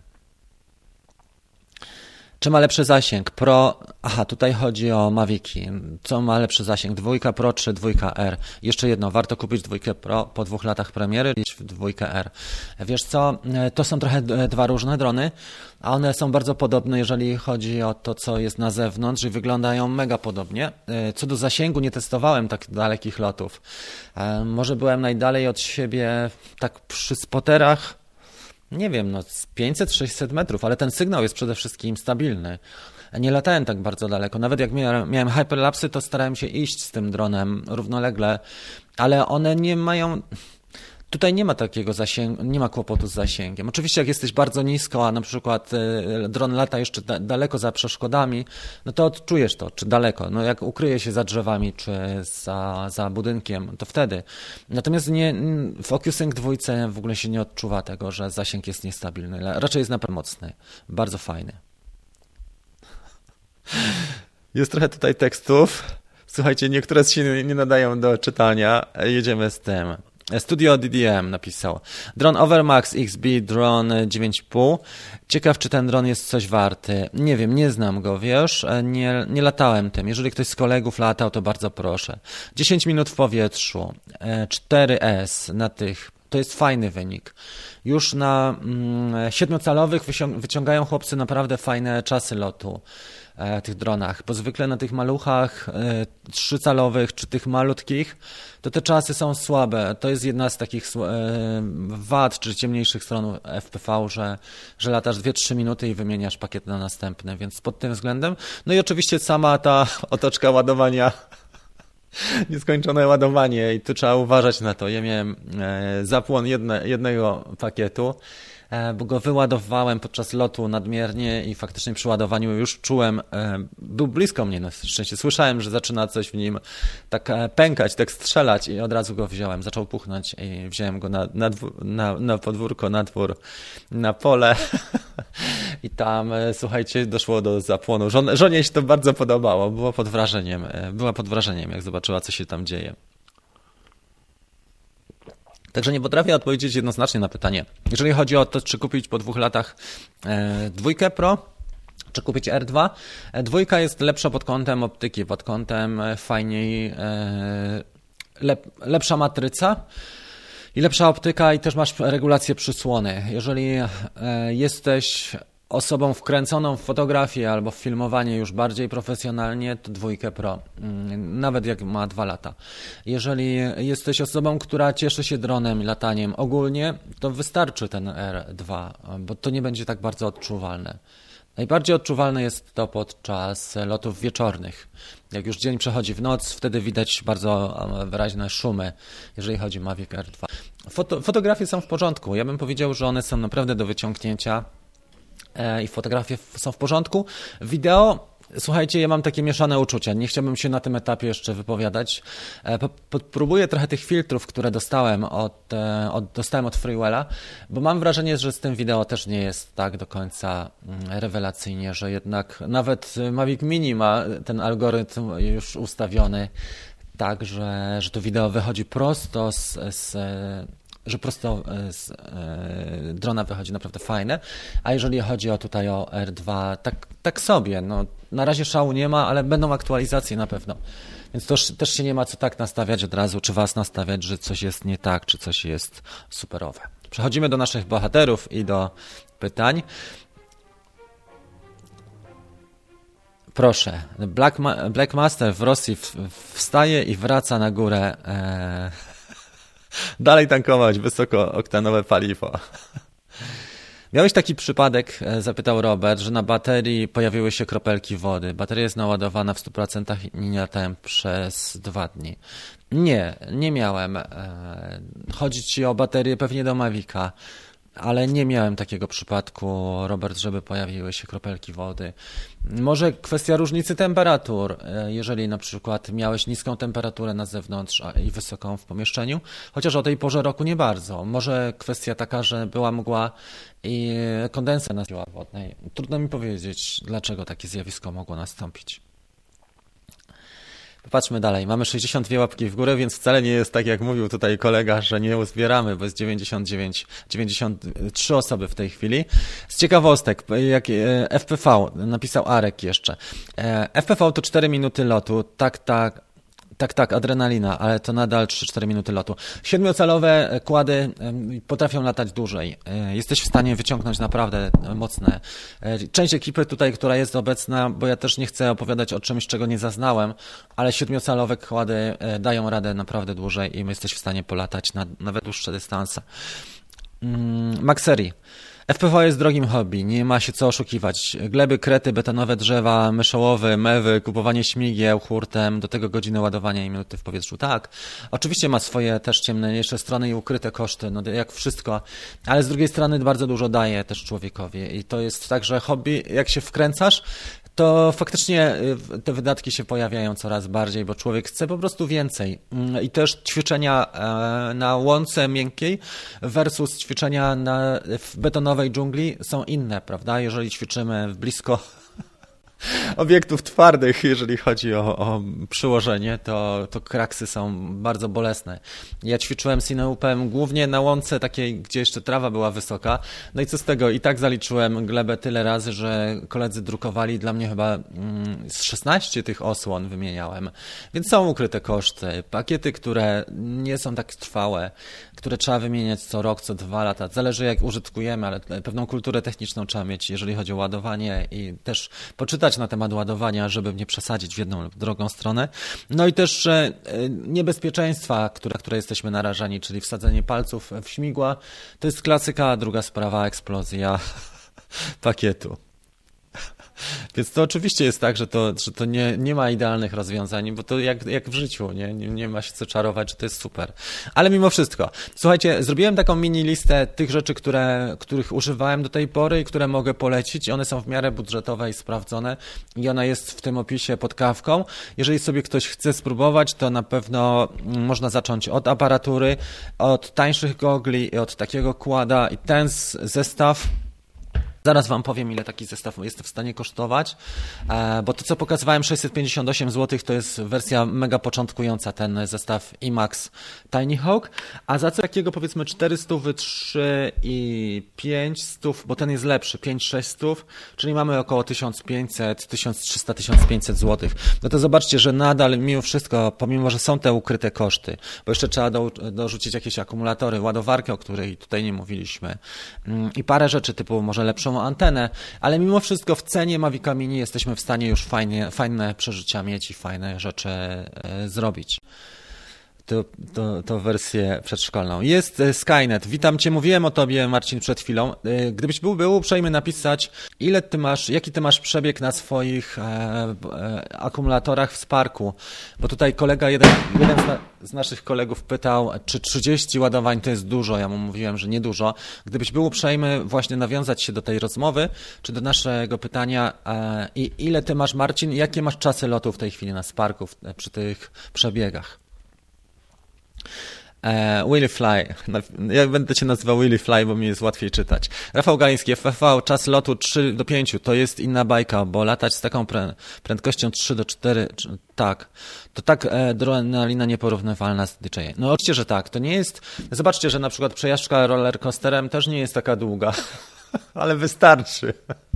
Czy ma lepszy zasięg? Tutaj chodzi o Maviki. Co ma lepszy zasięg? 2 Pro czy 2R? Jeszcze jedno, warto kupić 2 Pro po 2 latach premiery i w 2R. Wiesz co, to są trochę dwa różne drony, a one są bardzo podobne, jeżeli chodzi o to, co jest na zewnątrz i wyglądają mega podobnie. Co do zasięgu nie testowałem tak dalekich lotów. Może byłem najdalej od siebie tak przy spoterach, nie wiem, z 500-600 metrów, ale ten sygnał jest przede wszystkim stabilny. Nie latałem tak bardzo daleko. Nawet jak miałem hyperlapsy, to starałem się iść z tym dronem równolegle, ale one nie mają... Tutaj nie ma takiego zasięgu, nie ma kłopotu z zasięgiem. Oczywiście jak jesteś bardzo nisko, a na przykład dron lata jeszcze daleko za przeszkodami, no to odczujesz to, czy daleko. No jak ukryje się za drzewami, czy za budynkiem, to wtedy. Natomiast w OcuSync 2 w ogóle się nie odczuwa tego, że zasięg jest niestabilny. Raczej jest naprawdę mocny, bardzo fajny. Jest trochę tutaj tekstów. Słuchajcie, niektóre się nie nadają do czytania. Jedziemy z tym. Studio DDM napisał. Dron Overmax XB Drone 9,5. Ciekaw, czy ten dron jest coś warty. Nie wiem, nie znam go, wiesz, nie latałem tym. Jeżeli ktoś z kolegów latał, to bardzo proszę. 10 minut w powietrzu, 4S na tych. To jest fajny wynik. Już na 7-calowych wyciągają chłopcy naprawdę fajne czasy lotu. Tych dronach, bo zwykle na tych maluchach 3-calowych czy tych malutkich, to te czasy są słabe. To jest jedna z takich wad czy ciemniejszych stron FPV, że latasz 2-3 minuty i wymieniasz pakiet na następny, więc pod tym względem. No i oczywiście sama ta otoczka ładowania, nieskończone ładowanie i tu trzeba uważać na to. Ja miałem zapłon jednego pakietu, bo go wyładowałem podczas lotu nadmiernie i faktycznie przy ładowaniu już czułem, był blisko mnie na szczęście, słyszałem, że zaczyna coś w nim tak pękać, tak strzelać i od razu go wziąłem, zaczął puchnąć i wziąłem go na podwórko, na dwór, na pole i tam, słuchajcie, doszło do zapłonu. Żonie się to bardzo podobało, była pod wrażeniem, jak zobaczyła, co się tam dzieje. Także nie potrafię odpowiedzieć jednoznacznie na pytanie. Jeżeli chodzi o to, czy kupić po 2 latach 2 Pro, czy kupić R2, 2 jest lepsza pod kątem optyki, pod kątem fajniej, lepsza matryca i lepsza optyka i też masz regulację przysłony. Jeżeli jesteś osobą wkręconą w fotografię albo w filmowanie już bardziej profesjonalnie, to 2 Pro, nawet jak ma 2 lata. Jeżeli jesteś osobą, która cieszy się dronem i lataniem ogólnie, to wystarczy ten R2, bo to nie będzie tak bardzo odczuwalne. Najbardziej odczuwalne jest to podczas lotów wieczornych. Jak już dzień przechodzi w noc, wtedy widać bardzo wyraźne szumy, jeżeli chodzi o Mavic R2. Fotografie są w porządku. Ja bym powiedział, że one są naprawdę do wyciągnięcia i fotografie są w porządku. Wideo, słuchajcie, ja mam takie mieszane uczucia. Nie chciałbym się na tym etapie jeszcze wypowiadać. Próbuję trochę tych filtrów, które dostałem od Freewella, bo mam wrażenie, że z tym wideo też nie jest tak do końca rewelacyjnie, że jednak nawet Mavic Mini ma ten algorytm już ustawiony tak, że to wideo wychodzi prosto że prosto z drona wychodzi naprawdę fajne, a jeżeli chodzi tutaj o R2, tak sobie, no na razie szału nie ma, ale będą aktualizacje na pewno, więc też się nie ma co tak nastawiać od razu, czy was nastawiać, że coś jest nie tak, czy coś jest superowe. Przechodzimy do naszych bohaterów i do pytań. Proszę, Black Master w Rosji wstaje i wraca na górę. Dalej tankować wysokooktanowe paliwo. Miałeś taki przypadek, zapytał Robert, że na baterii pojawiły się kropelki wody. Bateria jest naładowana w 100% i nie latałem przez 2 dni. Nie miałem. Chodzi ci o baterię pewnie do Mavica, ale nie miałem takiego przypadku, Robert, żeby pojawiły się kropelki wody. Może kwestia różnicy temperatur, jeżeli na przykład miałeś niską temperaturę na zewnątrz i wysoką w pomieszczeniu, chociaż o tej porze roku nie bardzo. Może kwestia taka, że była mgła i kondensa na siłach wodnej. Trudno mi powiedzieć, dlaczego takie zjawisko mogło nastąpić. Popatrzmy dalej. Mamy 62 łapki w górę, więc wcale nie jest tak, jak mówił tutaj kolega, że nie uzbieramy, bo jest 93 osoby w tej chwili. Z ciekawostek, jak FPV, napisał Arek jeszcze. FPV to 4 minuty lotu, tak, adrenalina, ale to nadal 3-4 minuty lotu. 7-calowe kłady potrafią latać dłużej. Jesteś w stanie wyciągnąć naprawdę mocne. Część ekipy tutaj, która jest obecna, bo ja też nie chcę opowiadać o czymś, czego nie zaznałem, ale 7-calowe kłady dają radę naprawdę dłużej i jesteś w stanie polatać na nawet dłuższe dystanse. Maxery. FPV jest drogim hobby, nie ma się co oszukiwać. Gleby, krety, betonowe drzewa, myszołowy, mewy, kupowanie śmigieł hurtem, do tego godziny ładowania i minuty w powietrzu. Tak, oczywiście ma swoje też ciemniejsze strony i ukryte koszty, no jak wszystko, ale z drugiej strony bardzo dużo daje też człowiekowi i to jest tak, że hobby, jak się wkręcasz, to faktycznie te wydatki się pojawiają coraz bardziej, bo człowiek chce po prostu więcej. I też ćwiczenia na łące miękkiej versus ćwiczenia w betonowej dżungli są inne, prawda? Jeżeli ćwiczymy blisko obiektów twardych, jeżeli chodzi o przyłożenie, to kraksy są bardzo bolesne. Ja ćwiczyłem Sineupem głównie na łące takiej, gdzie jeszcze trawa była wysoka. No i co z tego? I tak zaliczyłem glebę tyle razy, że koledzy drukowali dla mnie chyba z 16 tych osłon wymieniałem. Więc są ukryte koszty. Pakiety, które nie są tak trwałe, które trzeba wymieniać co rok, co 2 lata. Zależy jak użytkujemy, ale pewną kulturę techniczną trzeba mieć, jeżeli chodzi o ładowanie i też poczytać na temat ładowania, żeby nie przesadzić w jedną lub drugą stronę. No i też niebezpieczeństwa, które jesteśmy narażani, czyli wsadzenie palców w śmigła. To jest klasyka, a druga sprawa eksplozja pakietu. Więc to oczywiście jest tak, że to nie ma idealnych rozwiązań, bo to jak w życiu, nie ma się co czarować, że to jest super. Ale mimo wszystko, słuchajcie, zrobiłem taką mini listę tych rzeczy, których używałem do tej pory i które mogę polecić. One są w miarę budżetowe i sprawdzone i ona jest w tym opisie pod kawką. Jeżeli sobie ktoś chce spróbować, to na pewno można zacząć od aparatury, od tańszych gogli i od takiego kłada i ten zestaw. Zaraz wam powiem, ile taki zestaw jest w stanie kosztować, bo to, co pokazywałem, 658 zł, to jest wersja mega początkująca, ten zestaw IMAX Tiny Hawk, a za co takiego powiedzmy 400, 3 i 500, bo ten jest lepszy, 5-600, czyli mamy około 1500, 1300, 1500 zł. No to zobaczcie, że nadal mimo wszystko, pomimo, że są te ukryte koszty, bo jeszcze trzeba dorzucić jakieś akumulatory, ładowarkę, o której tutaj nie mówiliśmy i parę rzeczy typu może lepszą antenę, ale mimo wszystko w cenie Mavica Mini jesteśmy w stanie już fajne przeżycia mieć i fajne rzeczy zrobić. To wersję przedszkolną. Jest Skynet. Witam Cię, mówiłem o Tobie, Marcin, przed chwilą. Gdybyś był uprzejmy napisać, jaki Ty masz przebieg na swoich akumulatorach w Sparku, bo tutaj kolega, jeden z naszych kolegów pytał, czy 30 ładowań to jest dużo. Ja mu mówiłem, że niedużo. Gdybyś był uprzejmy właśnie nawiązać się do tej rozmowy, czy do naszego pytania, i ile Ty masz, Marcin, jakie masz czasy lotu w tej chwili na Sparku przy tych przebiegach? Willy Fly. Ja będę Cię nazywał Willy Fly, bo mi jest łatwiej czytać. Rafał Galiński, FFV, czas lotu 3 do 5. To jest inna bajka, bo latać z taką prędkością 3 do 4, tak. To tak adrenalina nieporównywalna z DJ. No oczywiście, że tak. To nie jest... Zobaczcie, że na przykład przejażdżka rollercoasterem też nie jest taka długa, ale wystarczy.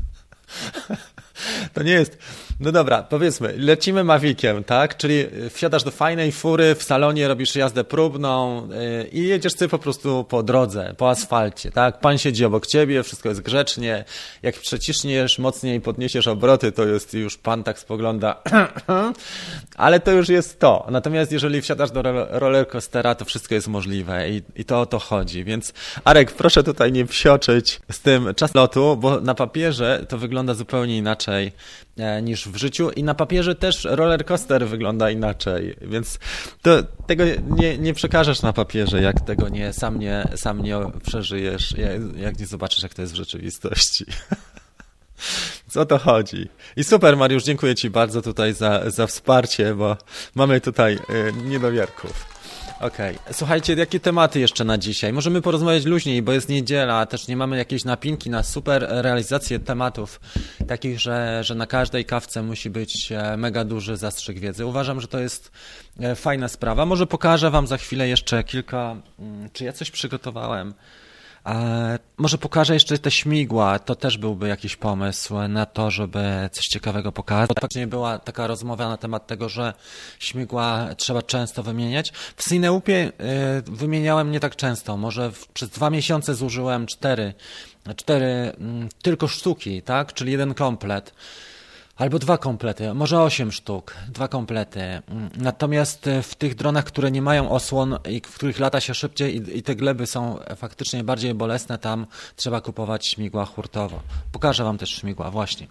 To nie jest... No dobra, powiedzmy, lecimy Maviciem, tak? Czyli wsiadasz do fajnej fury, w salonie robisz jazdę próbną i jedziesz sobie po prostu po drodze, po asfalcie, tak? Pan siedzi obok ciebie, wszystko jest grzecznie, jak przeciśniesz mocniej, podniesiesz obroty, to jest już pan tak spogląda, ale to już jest to. Natomiast jeżeli wsiadasz do rollercoastera, to wszystko jest możliwe i to o to chodzi, więc Arek, proszę tutaj nie psioczyć z tym czas lotu, bo na papierze to wygląda zupełnie inaczej niż w życiu i na papierze też rollercoaster wygląda inaczej, więc tego nie przekażesz na papierze, jak tego sam nie przeżyjesz, jak nie zobaczysz, jak to jest w rzeczywistości. Co to chodzi? I super, Mariusz, dziękuję Ci bardzo tutaj za wsparcie, bo mamy tutaj niedowierków. Okej. Słuchajcie, jakie tematy jeszcze na dzisiaj? Możemy porozmawiać luźniej, bo jest niedziela, a też nie mamy jakiejś napinki na super realizację tematów, takich, że na każdej kawce musi być mega duży zastrzyk wiedzy. Uważam, że to jest fajna sprawa. Może pokażę Wam za chwilę jeszcze kilka... Czy ja coś przygotowałem? Może pokażę jeszcze te śmigła, to też byłby jakiś pomysł na to, żeby coś ciekawego pokazać. Faktycznie była taka rozmowa na temat tego, że śmigła trzeba często wymieniać. W Cineupie wymieniałem nie tak często, może przez 2 miesiące zużyłem 4 tylko sztuki, tak? Czyli 1 komplet. Albo 2 komplety, może 8 sztuk, 2 komplety. Natomiast w tych dronach, które nie mają osłon i w których lata się szybciej i te gleby są faktycznie bardziej bolesne, tam trzeba kupować śmigła hurtowo. Pokażę Wam też śmigła, właśnie.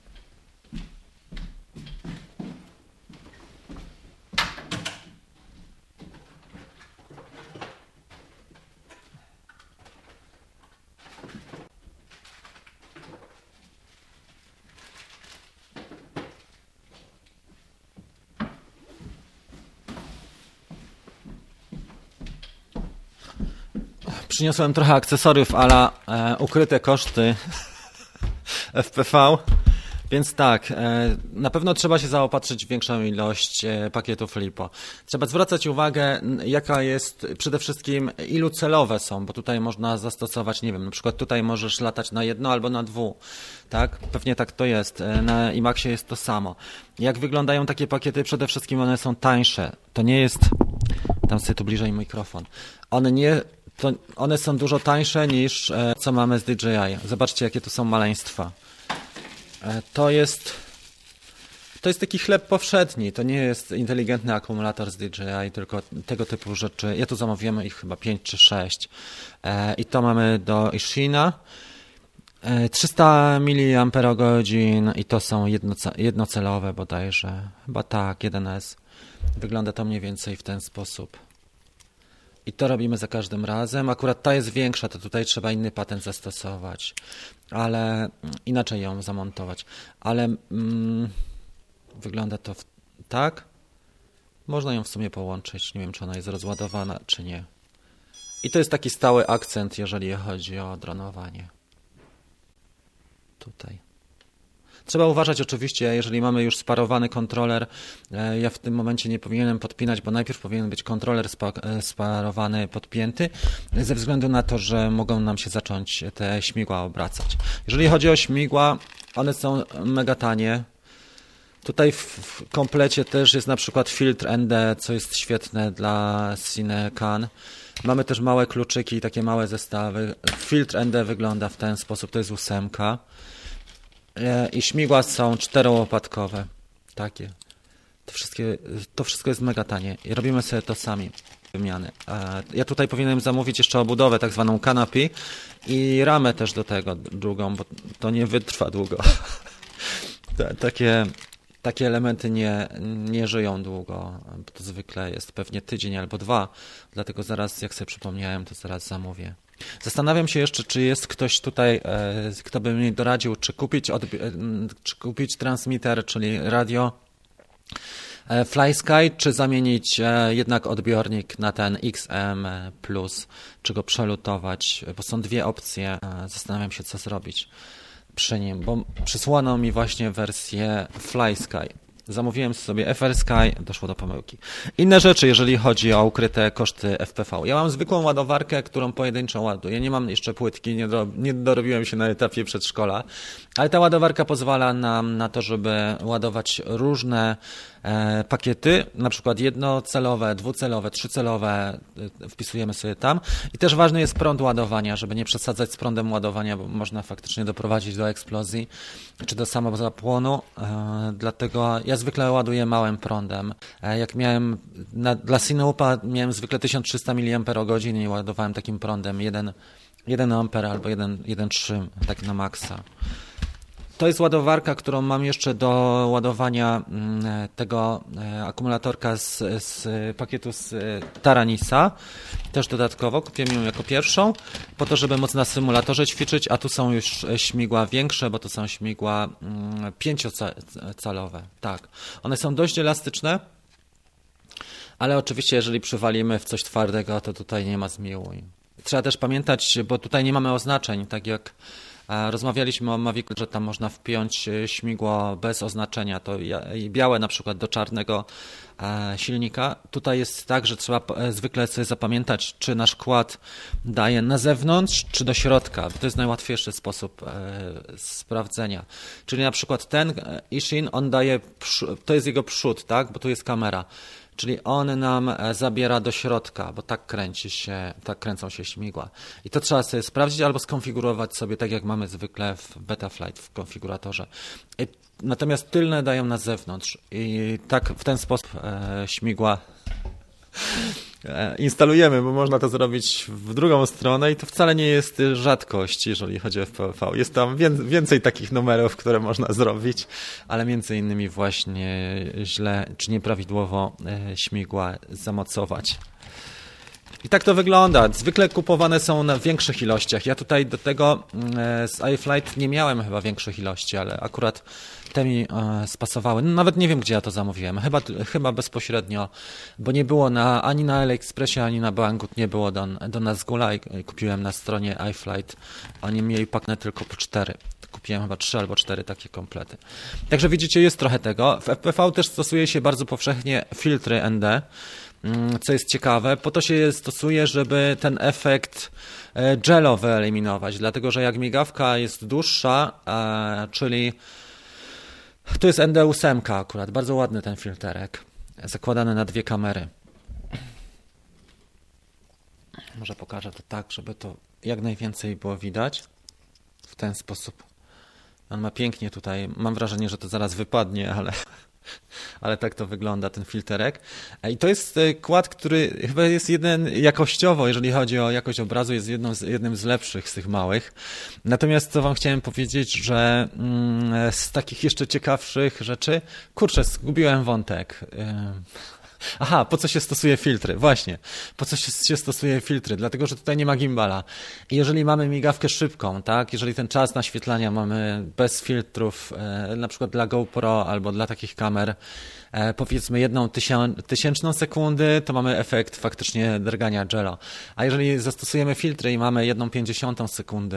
Przyniosłem trochę akcesoriów, ale ukryte koszty FPV. Więc tak, na pewno trzeba się zaopatrzyć w większą ilość pakietów LiPo. Trzeba zwracać uwagę, jaka jest przede wszystkim, ilu celowe są, bo tutaj można zastosować, nie wiem, na przykład tutaj możesz latać na jedno albo na dwu, tak? Pewnie tak to jest. Na IMAXie jest to samo. Jak wyglądają takie pakiety? Przede wszystkim one są tańsze. To nie jest... Tam sobie tu bliżej mikrofon. One są dużo tańsze niż co mamy z DJI. Zobaczcie, jakie to są maleństwa. To jest taki chleb powszedni, to nie jest inteligentny akumulator z DJI, tylko tego typu rzeczy. Ja tu zamówiłem ich chyba 5 czy 6. I to mamy do Ishina. 300 mAh i to są jednocelowe bodajże. Chyba tak, 1S. Wygląda to mniej więcej w ten sposób. I to robimy za każdym razem. Akurat ta jest większa, to tutaj trzeba inny patent zastosować, ale inaczej ją zamontować. Ale wygląda to tak. Można ją w sumie połączyć. Nie wiem, czy ona jest rozładowana, czy nie. I to jest taki stały akcent, jeżeli chodzi o dronowanie. Tutaj. Trzeba uważać oczywiście, jeżeli mamy już sparowany kontroler, ja w tym momencie nie powinienem podpinać, bo najpierw powinien być kontroler sparowany, podpięty, ze względu na to, że mogą nam się zacząć te śmigła obracać. Jeżeli chodzi o śmigła, one są mega tanie. Tutaj w komplecie też jest na przykład filtr ND, co jest świetne dla Cinecan. Mamy też małe kluczyki, takie małe zestawy. Filtr ND wygląda w ten sposób, to jest 8. I śmigła są 4-łopatkowe. Takie. To wszystko jest mega tanie. I robimy sobie to sami. Wymiany. Ja tutaj powinienem zamówić jeszcze obudowę, tak zwaną canopy i ramę też do tego drugą, bo to nie wytrwa długo. Takie elementy nie żyją długo. To zwykle jest pewnie tydzień albo 2. Dlatego zaraz, jak sobie przypomniałem, to zaraz zamówię. Zastanawiam się jeszcze, czy jest ktoś tutaj, kto by mi doradził, czy kupić transmitter, czyli radio FlySky, czy zamienić jednak odbiornik na ten XM+, czy go przelutować, bo są dwie opcje. Zastanawiam się, co zrobić przy nim, bo przysłano mi właśnie wersję FlySky. Zamówiłem sobie FrSky, doszło do pomyłki. Inne rzeczy, jeżeli chodzi o ukryte koszty FPV. Ja mam zwykłą ładowarkę, którą pojedynczo ładuję. Nie mam jeszcze płytki, nie dorobiłem się na etapie przedszkola, ale ta ładowarka pozwala nam na to, żeby ładować różne pakiety, na przykład jednocelowe, dwucelowe, trzycelowe, wpisujemy sobie tam. I też ważny jest prąd ładowania, żeby nie przesadzać z prądem ładowania, bo można faktycznie doprowadzić do eksplozji czy do samozapłonu. Dlatego ja zwykle ładuję małym prądem. Jak miałem dla Sinoopa miałem zwykle 1300 mAh i ładowałem takim prądem 1 A albo 1,3 tak na maksa. To jest ładowarka, którą mam jeszcze do ładowania tego akumulatorka z pakietu z Taranisa. Też dodatkowo kupiłem ją jako pierwszą, po to, żeby móc na symulatorze ćwiczyć, a tu są już śmigła większe, bo to są śmigła 5-calowe. Tak. One są dość elastyczne, ale oczywiście jeżeli przywalimy w coś twardego, to tutaj nie ma zmiłuj. Trzeba też pamiętać, bo tutaj nie mamy oznaczeń, tak jak rozmawialiśmy o Mavicu, że tam można wpiąć śmigło bez oznaczenia, to białe na przykład do czarnego silnika. Tutaj jest tak, że trzeba zwykle sobie zapamiętać, czy nasz kład daje na zewnątrz, czy do środka. To jest najłatwiejszy sposób sprawdzenia. Czyli na przykład ten Ishin, on daje, to jest jego przód, tak, bo tu jest kamera. Czyli on nam zabiera do środka, bo tak kręcą się śmigła. I to trzeba sobie sprawdzić albo skonfigurować sobie tak, jak mamy zwykle w Betaflight w konfiguratorze. Natomiast tylne dają na zewnątrz i tak w ten sposób śmigła instalujemy, bo można to zrobić w drugą stronę i to wcale nie jest rzadkość, jeżeli chodzi o FPV. Jest tam więcej takich numerów, które można zrobić, ale między innymi właśnie źle czy nieprawidłowo śmigła zamocować. I tak to wygląda. Zwykle kupowane są na większych ilościach. Ja tutaj do tego z iFlight nie miałem chyba większych ilości, ale akurat te mi spasowały. No, nawet nie wiem, gdzie ja to zamówiłem. Chyba bezpośrednio, bo nie było ani na AliExpressie, ani na Banggood nie było do Nazgula i kupiłem na stronie iFlight. Oni mieli pakne tylko po 4. Kupiłem chyba 3 albo 4 takie komplety. Także widzicie, jest trochę tego. W FPV też stosuje się bardzo powszechnie filtry ND, co jest ciekawe. Po to się stosuje, żeby ten efekt jello wyeliminować, dlatego że jak migawka jest dłuższa, czyli to jest ND8 akurat, bardzo ładny ten filterek, zakładany na 2 kamery. Może pokażę to tak, żeby to jak najwięcej było widać. W ten sposób. On ma pięknie tutaj, mam wrażenie, że to zaraz wypadnie, ale tak to wygląda ten filterek. I to jest kład, który chyba jest jakościowo, jeżeli chodzi o jakość obrazu, jest jednym z lepszych z tych małych. Natomiast co wam chciałem powiedzieć, że z takich jeszcze ciekawszych rzeczy, kurczę, zgubiłem wątek. Aha, po co się stosuje filtry? Właśnie, po co się stosuje filtry? Dlatego, że tutaj nie ma gimbala. I jeżeli mamy migawkę szybką, tak, jeżeli ten czas naświetlania mamy bez filtrów, na przykład dla GoPro albo dla takich kamer, powiedzmy 1/1000 sekundy, to mamy efekt faktycznie drgania jello. A jeżeli zastosujemy filtry i mamy 1/50 sekundy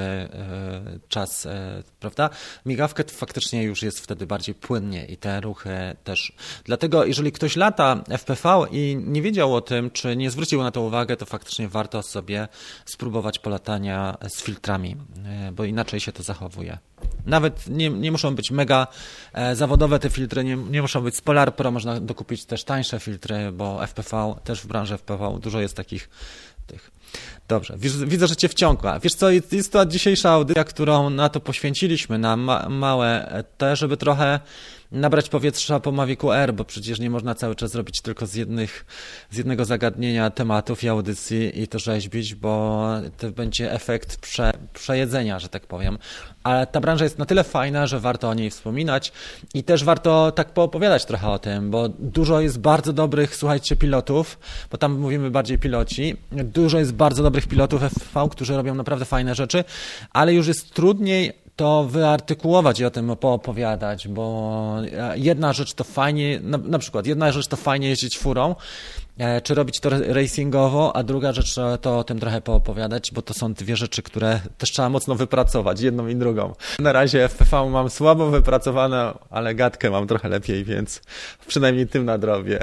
czas, prawda, migawkę, to faktycznie już jest wtedy bardziej płynnie i te ruchy też. Dlatego jeżeli ktoś lata FPV i nie wiedział o tym, czy nie zwrócił na to uwagę, to faktycznie warto sobie spróbować polatania z filtrami, bo inaczej się to zachowuje. Nawet nie muszą być mega zawodowe te filtry, nie muszą być z Polar Pro, można dokupić też tańsze filtry, bo FPV, też w branży FPV dużo jest takich tych. Dobrze, widzę, że cię wciągła. Wiesz co, jest to dzisiejsza audycja, którą na to poświęciliśmy, na małe te, żeby trochę nabrać powietrza po Mavicu Air, bo przecież nie można cały czas robić tylko z jednego zagadnienia tematów i audycji i to rzeźbić, bo to będzie efekt przejedzenia, że tak powiem. Ale ta branża jest na tyle fajna, że warto o niej wspominać i też warto tak poopowiadać trochę o tym, bo dużo jest bardzo dobrych, słuchajcie, pilotów, bo tam mówimy bardziej piloci, dużo jest bardzo dobrych pilotów FPV, którzy robią naprawdę fajne rzeczy, ale już jest trudniej to wyartykułować i o tym poopowiadać, bo jedna rzecz to fajnie, na przykład jedna rzecz to fajnie jeździć furą, czy robić to racingowo, a druga rzecz to o tym trochę poopowiadać, bo to są 2 rzeczy, które też trzeba mocno wypracować, jedną i drugą. Na razie FPV mam słabo wypracowane, ale gadkę mam trochę lepiej, więc przynajmniej tym nadrobię.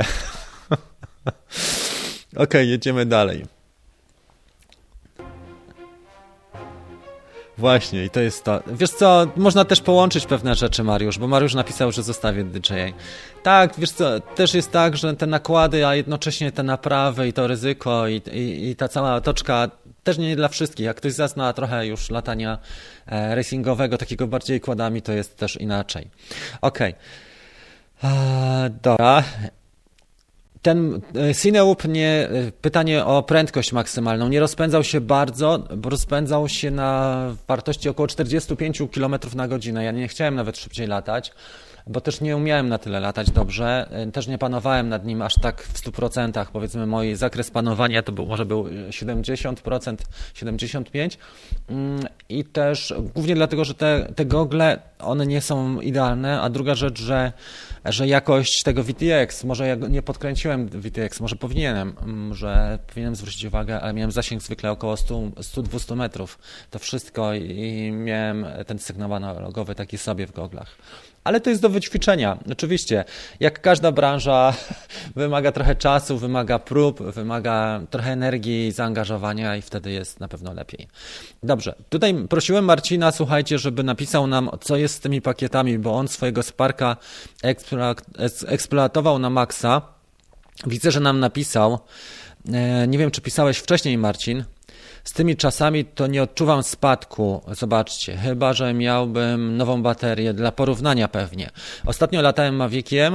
Okej, jedziemy dalej. Właśnie, i to jest to. Wiesz co, można też połączyć pewne rzeczy, Mariusz, bo Mariusz napisał, że zostawię DJ. Tak, wiesz co, też jest tak, że te nakłady, a jednocześnie te naprawy i to ryzyko i ta cała otoczka też nie dla wszystkich. Jak ktoś zazna trochę już latania racingowego, takiego bardziej kładami, to jest też inaczej. Okej. Dobra. Ten Cineloop pytanie o prędkość maksymalną, nie rozpędzał się bardzo, bo rozpędzał się na wartości około 45 km na godzinę. Ja nie chciałem nawet szybciej latać, bo też nie umiałem na tyle latać dobrze, też nie panowałem nad nim aż tak w 100%, powiedzmy mój zakres panowania to może był 70%, 75% i też głównie dlatego, że te gogle, one nie są idealne, a druga rzecz, że jakość tego VTX, może ja nie podkręciłem VTX, może powinienem zwrócić uwagę, ale miałem zasięg zwykle około 100-200 metrów, to wszystko i miałem ten sygnał analogowy taki sobie w goglach. Ale to jest do wyćwiczenia. Oczywiście, jak każda branża wymaga trochę czasu, wymaga prób, wymaga trochę energii, zaangażowania i wtedy jest na pewno lepiej. Dobrze, tutaj prosiłem Marcina, słuchajcie, żeby napisał nam, co jest z tymi pakietami, bo on swojego Sparka eksploatował na maksa. Widzę, że nam napisał. Nie wiem, czy pisałeś wcześniej, Marcin. Z tymi czasami to nie odczuwam spadku, zobaczcie, chyba że miałbym nową baterię, dla porównania pewnie. Ostatnio latałem Maviciem,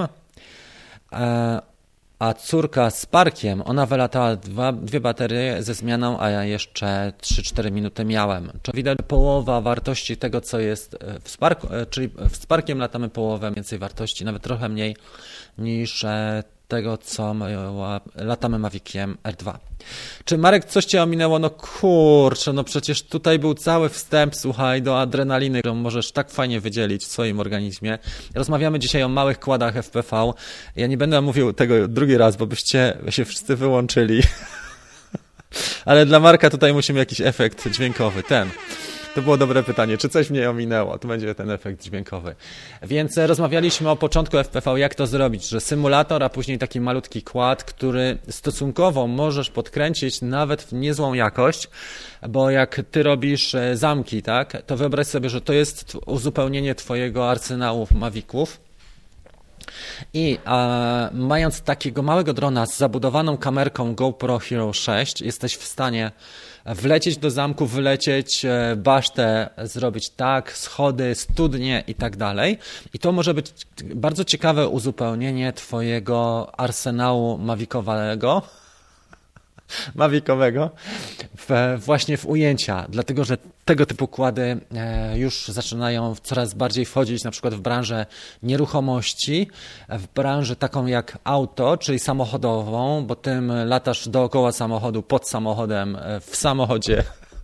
a córka z Sparkiem, ona wylatała 2 baterie ze zmianą, a ja jeszcze 3-4 minuty miałem. Czyli widać połowa wartości tego, co jest w Sparku, czyli w Sparkiem latamy połowę więcej wartości, nawet trochę mniej niż tego, co latamy Maviciem R2. Czy Marek coś Cię ominęło? No kurczę, no przecież tutaj był cały wstęp, słuchaj, do adrenaliny, którą możesz tak fajnie wydzielić w swoim organizmie. Rozmawiamy dzisiaj o małych kładach FPV. Ja nie będę mówił tego drugi raz, bo byście się wszyscy wyłączyli. Ale dla Marka tutaj musimy jakiś efekt dźwiękowy, To było dobre pytanie, czy coś mnie ominęło? To będzie ten efekt dźwiękowy. Więc rozmawialiśmy o początku FPV, jak to zrobić, że symulator, a później taki malutki kład, który stosunkowo możesz podkręcić nawet w niezłą jakość, bo jak ty robisz zamki, tak, to wyobraź sobie, że to jest uzupełnienie twojego arsenału Maviców. I mając takiego małego drona z zabudowaną kamerką GoPro Hero 6, jesteś w stanie wlecieć do zamku, wylecieć, basztę zrobić tak, schody, studnie i tak dalej. I to może być bardzo ciekawe uzupełnienie twojego arsenału mavicowego właśnie w ujęcia, dlatego że tego typu kłady już zaczynają coraz bardziej wchodzić na przykład w branżę nieruchomości, w branżę taką jak auto, czyli samochodową, bo tym latasz dookoła samochodu, pod samochodem, w samochodzie.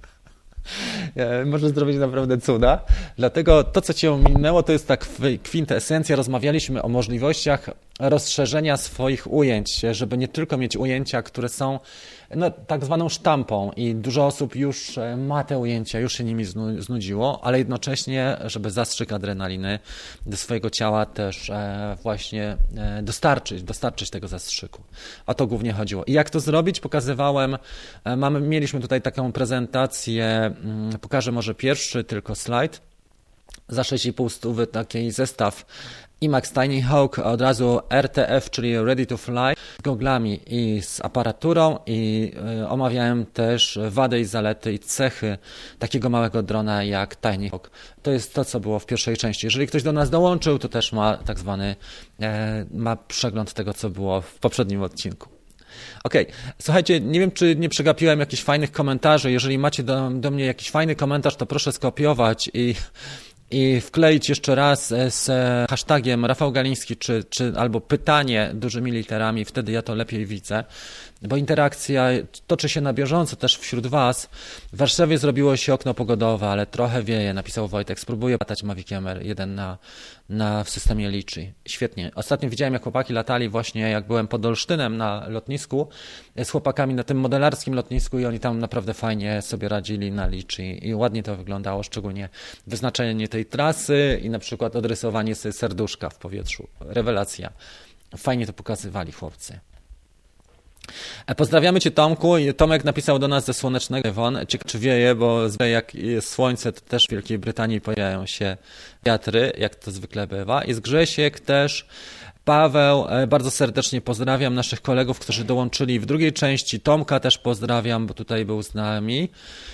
Może zrobić naprawdę cuda. Dlatego to, co Cię ominęło, to jest tak kwintesencja. Rozmawialiśmy o możliwościach rozszerzenia swoich ujęć, żeby nie tylko mieć ujęcia, które są tak zwaną sztampą i dużo osób już ma te ujęcia, już się nimi znudziło, ale jednocześnie, żeby zastrzyk adrenaliny do swojego ciała też właśnie dostarczyć tego zastrzyku. O to głównie chodziło. I jak to zrobić? Pokazywałem, mieliśmy tutaj taką prezentację, pokażę może pierwszy tylko slajd. Za 6,5 stówy taki zestaw IMAX Tiny Hawk, od razu RTF, czyli Ready to Fly, z goglami i z aparaturą i omawiałem też wady i zalety i cechy takiego małego drona jak Tiny Hawk. To jest to, co było w pierwszej części. Jeżeli ktoś do nas dołączył, to też ma tak zwany ma przegląd tego, co było w poprzednim odcinku. Okej, słuchajcie, nie wiem, czy nie przegapiłem jakichś fajnych komentarzy. Jeżeli macie do mnie jakiś fajny komentarz, to proszę skopiować i wkleić jeszcze raz z hashtagiem Rafał Galiński, czy albo pytanie dużymi literami, wtedy ja to lepiej widzę, bo interakcja toczy się na bieżąco też wśród Was. W Warszawie zrobiło się okno pogodowe, ale trochę wieje, napisał Wojtek. Spróbuję latać Maviciem R1 w systemie Litchi. Świetnie. Ostatnio widziałem, jak chłopaki latali właśnie, jak byłem pod Olsztynem na lotnisku, z chłopakami na tym modelarskim lotnisku i oni tam naprawdę fajnie sobie radzili na Litchi i ładnie to wyglądało, szczególnie wyznaczenie tej trasy i na przykład odrysowanie sobie serduszka w powietrzu. Rewelacja. Fajnie to pokazywali chłopcy. Pozdrawiamy Cię, Tomku. Tomek napisał do nas ze słonecznego Devon. Ciekawe, czy wieje, bo jak jest słońce, to też w Wielkiej Brytanii pojawiają się wiatry, jak to zwykle bywa. Jest Grzesiek też. Paweł, bardzo serdecznie pozdrawiam naszych kolegów, którzy dołączyli w drugiej części. Tomka też pozdrawiam, bo tutaj był z nami.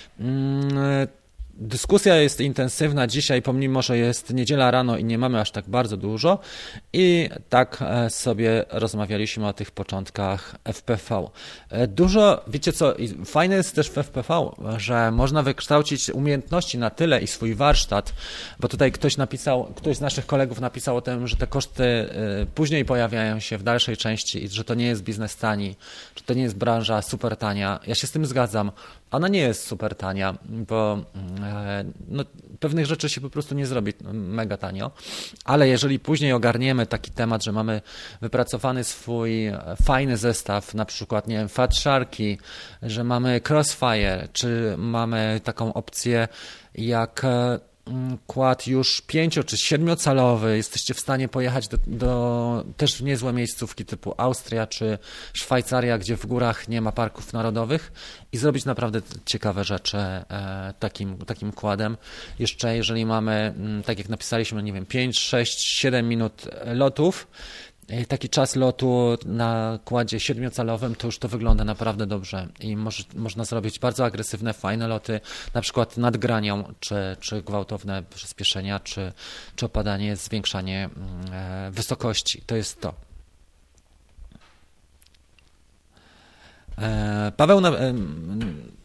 Dyskusja jest intensywna dzisiaj, pomimo że jest niedziela rano i nie mamy aż tak bardzo dużo i tak sobie rozmawialiśmy o tych początkach FPV. Dużo, wiecie co, fajne jest też w FPV, że można wykształcić umiejętności na tyle i swój warsztat, bo tutaj ktoś z naszych kolegów napisał o tym, że te koszty później pojawiają się w dalszej części i że to nie jest biznes tani, że to nie jest branża super tania. Ja się z tym zgadzam. Ona nie jest super tania, bo pewnych rzeczy się po prostu nie zrobi mega tanio, ale jeżeli później ogarniemy taki temat, że mamy wypracowany swój fajny zestaw, na przykład, nie wiem, Fat Sharki, że mamy Crossfire, czy mamy taką opcję jak kład już 5- czy 7-calowy, jesteście w stanie pojechać do też w niezłe miejscówki typu Austria czy Szwajcaria, gdzie w górach nie ma parków narodowych i zrobić naprawdę ciekawe rzeczy takim kładem. Jeszcze jeżeli mamy, tak jak napisaliśmy, nie wiem, 5, 6, 7 minut lotów, taki czas lotu na kładzie 7-calowym, to już to wygląda naprawdę dobrze i można zrobić bardzo agresywne, fajne loty, na przykład nad granią, czy gwałtowne przyspieszenia, czy opadanie, zwiększanie wysokości. To jest to. Paweł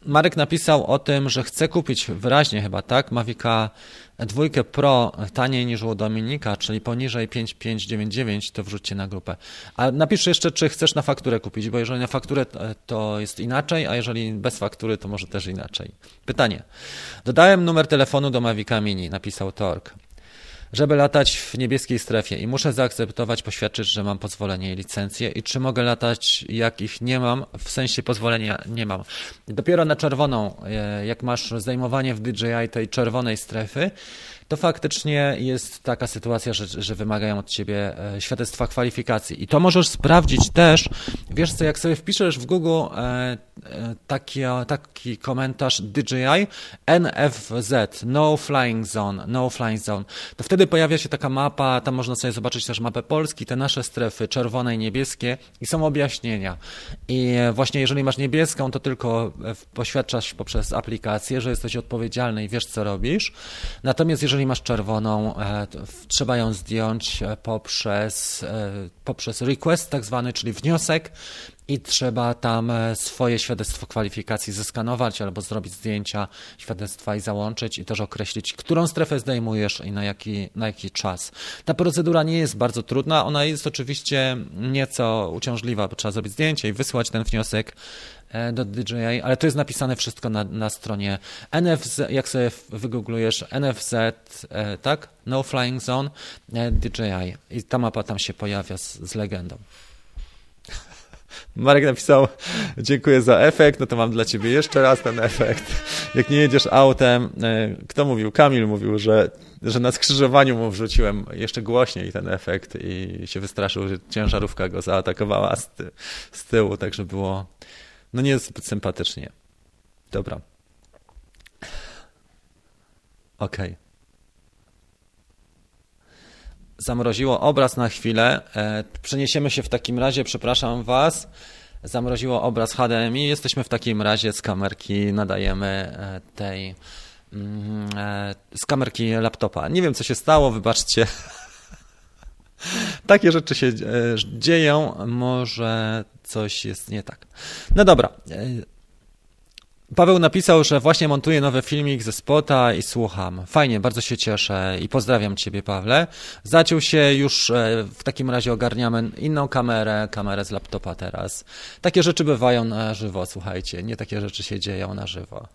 Marek napisał o tym, że chce kupić wyraźnie chyba, tak? Mavica 2 Pro taniej niż u Dominika, czyli poniżej 5599, to wrzućcie na grupę. A napisz jeszcze, czy chcesz na fakturę kupić, bo jeżeli na fakturę to jest inaczej, a jeżeli bez faktury, to może też inaczej. Pytanie. Dodałem numer telefonu do Mavica Mini, napisał Tork, żeby latać w niebieskiej strefie i muszę zaakceptować, poświadczyć, że mam pozwolenie i licencję i czy mogę latać, jak ich nie mam, w sensie pozwolenia nie mam. Dopiero na czerwoną, jak masz zdejmowanie w DJI tej czerwonej strefy, to faktycznie jest taka sytuacja, że wymagają od ciebie świadectwa kwalifikacji. I to możesz sprawdzić też, wiesz co, jak sobie wpiszesz w Google taki komentarz DJI NFZ, No Flying Zone, to wtedy pojawia się taka mapa, tam można sobie zobaczyć też mapę Polski, te nasze strefy czerwone i niebieskie i są objaśnienia. I właśnie jeżeli masz niebieską, to tylko poświadczasz poprzez aplikację, że jesteś odpowiedzialny i wiesz co robisz. Natomiast jeżeli masz czerwoną, trzeba ją zdjąć poprzez request tak zwany, czyli wniosek i trzeba tam swoje świadectwo kwalifikacji zeskanować albo zrobić zdjęcia świadectwa i załączyć i też określić, którą strefę zdejmujesz i na jaki czas. Ta procedura nie jest bardzo trudna, ona jest oczywiście nieco uciążliwa, bo trzeba zrobić zdjęcie i wysłać ten wniosek do DJI, ale to jest napisane wszystko na stronie NFZ, jak sobie wygooglujesz NFZ, tak? No Flying Zone DJI i ta mapa tam się pojawia z legendą. Marek napisał, dziękuję za efekt, no to mam dla ciebie jeszcze raz ten efekt. Jak nie jedziesz autem, kto mówił? Kamil mówił, że na skrzyżowaniu mu wrzuciłem jeszcze głośniej ten efekt i się wystraszył, że ciężarówka go zaatakowała z tyłu, także było no nie jest zbyt sympatycznie. Dobra. Okej. Zamroziło obraz na chwilę. Przeniesiemy się w takim razie, przepraszam Was. Zamroziło obraz HDMI. Jesteśmy w takim razie z kamerki, nadajemy z kamerki laptopa. Nie wiem, co się stało, wybaczcie. Takie rzeczy się dzieją, może coś jest nie tak. No dobra. Paweł napisał, że właśnie montuje nowy filmik ze spota i słucham. Fajnie, bardzo się cieszę i pozdrawiam Ciebie, Pawle. Zaciął się, już w takim razie ogarniamy inną kamerę z laptopa teraz. Takie rzeczy bywają na żywo, słuchajcie, nie takie rzeczy się dzieją na żywo.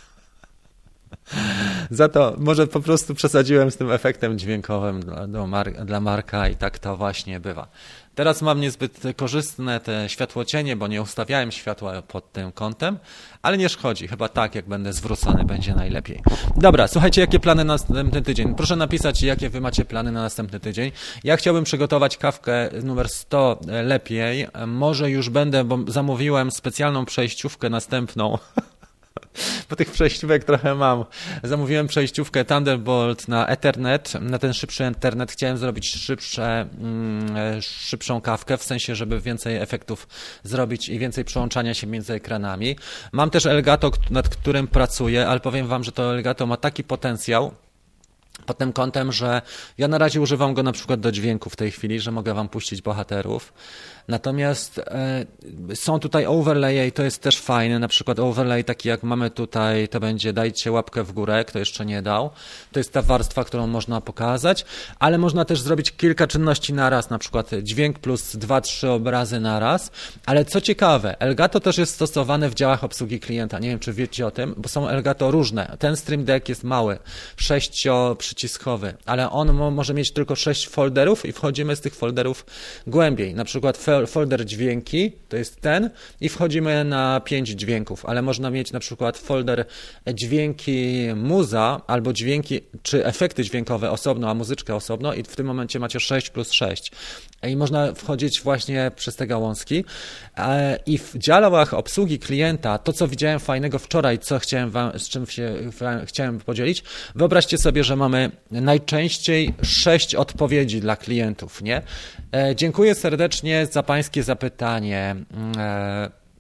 Za to może po prostu przesadziłem z tym efektem dźwiękowym dla Marka i tak to właśnie bywa. Teraz mam niezbyt korzystne te światłocienie, bo nie ustawiałem światła pod tym kątem, ale nie szkodzi. Chyba tak, jak będę zwrócony, będzie najlepiej. Dobra, słuchajcie, jakie plany na następny tydzień? Proszę napisać, jakie wy macie plany na następny tydzień. Ja chciałbym przygotować kawkę numer 100 lepiej. Może już będę, bo zamówiłem specjalną przejściówkę następną. Po tych przejściówek trochę mam. Zamówiłem przejściówkę Thunderbolt na Ethernet, na ten szybszy Ethernet. Chciałem zrobić szybszą kawkę, w sensie, żeby więcej efektów zrobić i więcej przełączania się między ekranami. Mam też Elgato, nad którym pracuję, ale powiem Wam, że to Elgato ma taki potencjał pod tym kątem, że ja na razie używam go na przykład do dźwięku w tej chwili, że mogę Wam puścić bohaterów. Natomiast są tutaj overlaye i to jest też fajne, na przykład overlay taki jak mamy tutaj, to będzie dajcie łapkę w górę, kto jeszcze nie dał. To jest ta warstwa, którą można pokazać, ale można też zrobić kilka czynności na raz, na przykład dźwięk plus 2-3 obrazy na raz. Ale co ciekawe, Elgato też jest stosowane w działach obsługi klienta. Nie wiem, czy wiecie o tym, bo są Elgato różne. Ten Stream Deck jest mały, 6-przyciskowy, ale on może mieć tylko 6 folderów i wchodzimy z tych folderów głębiej. Na przykład folder dźwięki, to jest ten i wchodzimy na 5 dźwięków, ale można mieć na przykład folder dźwięki muza albo dźwięki czy efekty dźwiękowe osobno, a muzyczkę osobno i w tym momencie macie 6+6 i można wchodzić właśnie przez te gałązki i w działach obsługi klienta, to co widziałem fajnego wczoraj, z czym się chciałem podzielić, wyobraźcie sobie, że mamy najczęściej 6 odpowiedzi dla klientów, nie? Dziękuję serdecznie za Pańskie zapytanie.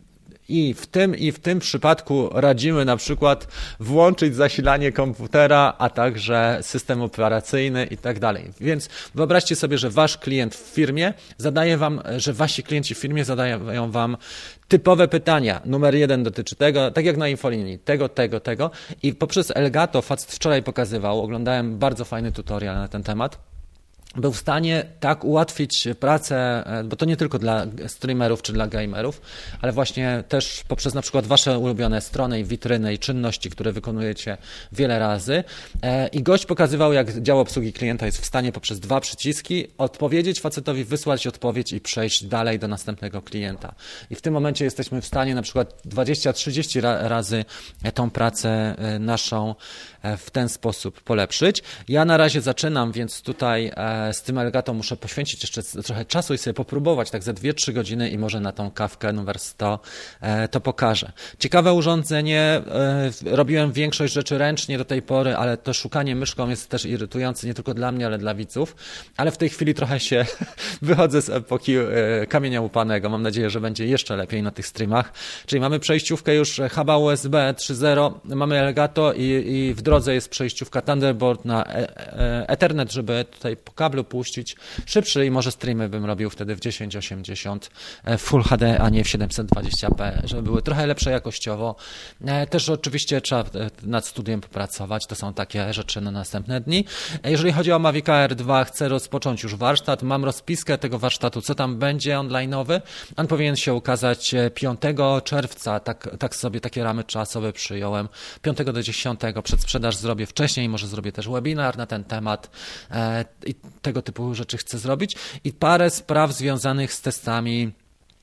I w tym przypadku radzimy na przykład włączyć zasilanie komputera, a także system operacyjny i tak dalej. Więc wyobraźcie sobie, że wasz klient w firmie wasi klienci w firmie zadają wam typowe pytania. Numer 1 dotyczy tego, tak jak na infolinii, tego. I poprzez Elgato, facet wczoraj pokazywał, oglądałem bardzo fajny tutorial na ten temat, był w stanie tak ułatwić pracę, bo to nie tylko dla streamerów czy dla gamerów, ale właśnie też poprzez na przykład wasze ulubione strony i witryny i czynności, które wykonujecie wiele razy. I gość pokazywał, jak dział obsługi klienta jest w stanie poprzez 2 przyciski odpowiedzieć facetowi, wysłać odpowiedź i przejść dalej do następnego klienta. I w tym momencie jesteśmy w stanie na przykład 20-30 razy tą pracę naszą w ten sposób polepszyć. Ja na razie zaczynam, więc tutaj z tym Elgato muszę poświęcić jeszcze trochę czasu i sobie popróbować tak za 2-3 godziny i może na tą kawkę numer 100 to pokażę. Ciekawe urządzenie, robiłem większość rzeczy ręcznie do tej pory, ale to szukanie myszką jest też irytujące nie tylko dla mnie, ale dla widzów, ale w tej chwili trochę się wychodzę z epoki kamienia łupanego. Mam nadzieję, że będzie jeszcze lepiej na tych streamach. Czyli mamy przejściówkę już huba USB 3.0, mamy Elgato i w drodze jest przejściówka Thunderbolt na Ethernet, żeby tutaj po kablu puścić szybszy i może streamy bym robił wtedy w 1080 Full HD, a nie w 720p, żeby były trochę lepsze jakościowo. Też oczywiście trzeba nad studiem popracować, to są takie rzeczy na następne dni. Jeżeli chodzi o Mavica Air 2, chcę rozpocząć już warsztat, mam rozpiskę tego warsztatu, co tam będzie online'owy. On powinien się ukazać 5 czerwca, tak sobie takie ramy czasowe przyjąłem, 5 do 10, przedsprzedaż zrobię wcześniej, może zrobię też webinar na ten temat i tego typu rzeczy chcę zrobić i parę spraw związanych z testami,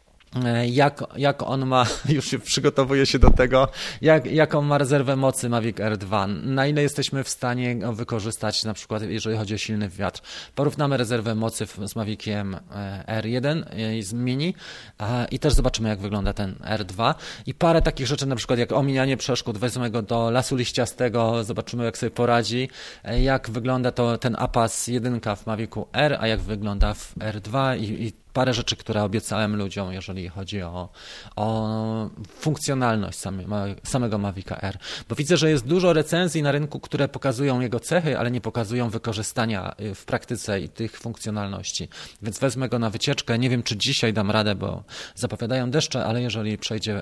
jak on ma, już się przygotowuje się do tego, jaką ma rezerwę mocy Mavic Air 2, na ile jesteśmy w stanie go wykorzystać, na przykład jeżeli chodzi o silny wiatr. Porównamy rezerwę mocy z Maviciem R1 z Mini i też zobaczymy, jak wygląda ten R2 i parę takich rzeczy, na przykład jak omijanie przeszkód, wezmę go do lasu liściastego, zobaczymy, jak sobie poradzi, jak wygląda ten APAS 1 w Mavicu R, a jak wygląda w R2 i parę rzeczy, które obiecałem ludziom, jeżeli chodzi o funkcjonalność samego Mavica Air. Bo widzę, że jest dużo recenzji na rynku, które pokazują jego cechy, ale nie pokazują wykorzystania w praktyce i tych funkcjonalności. Więc wezmę go na wycieczkę. Nie wiem, czy dzisiaj dam radę, bo zapowiadają deszcze, ale jeżeli przejdzie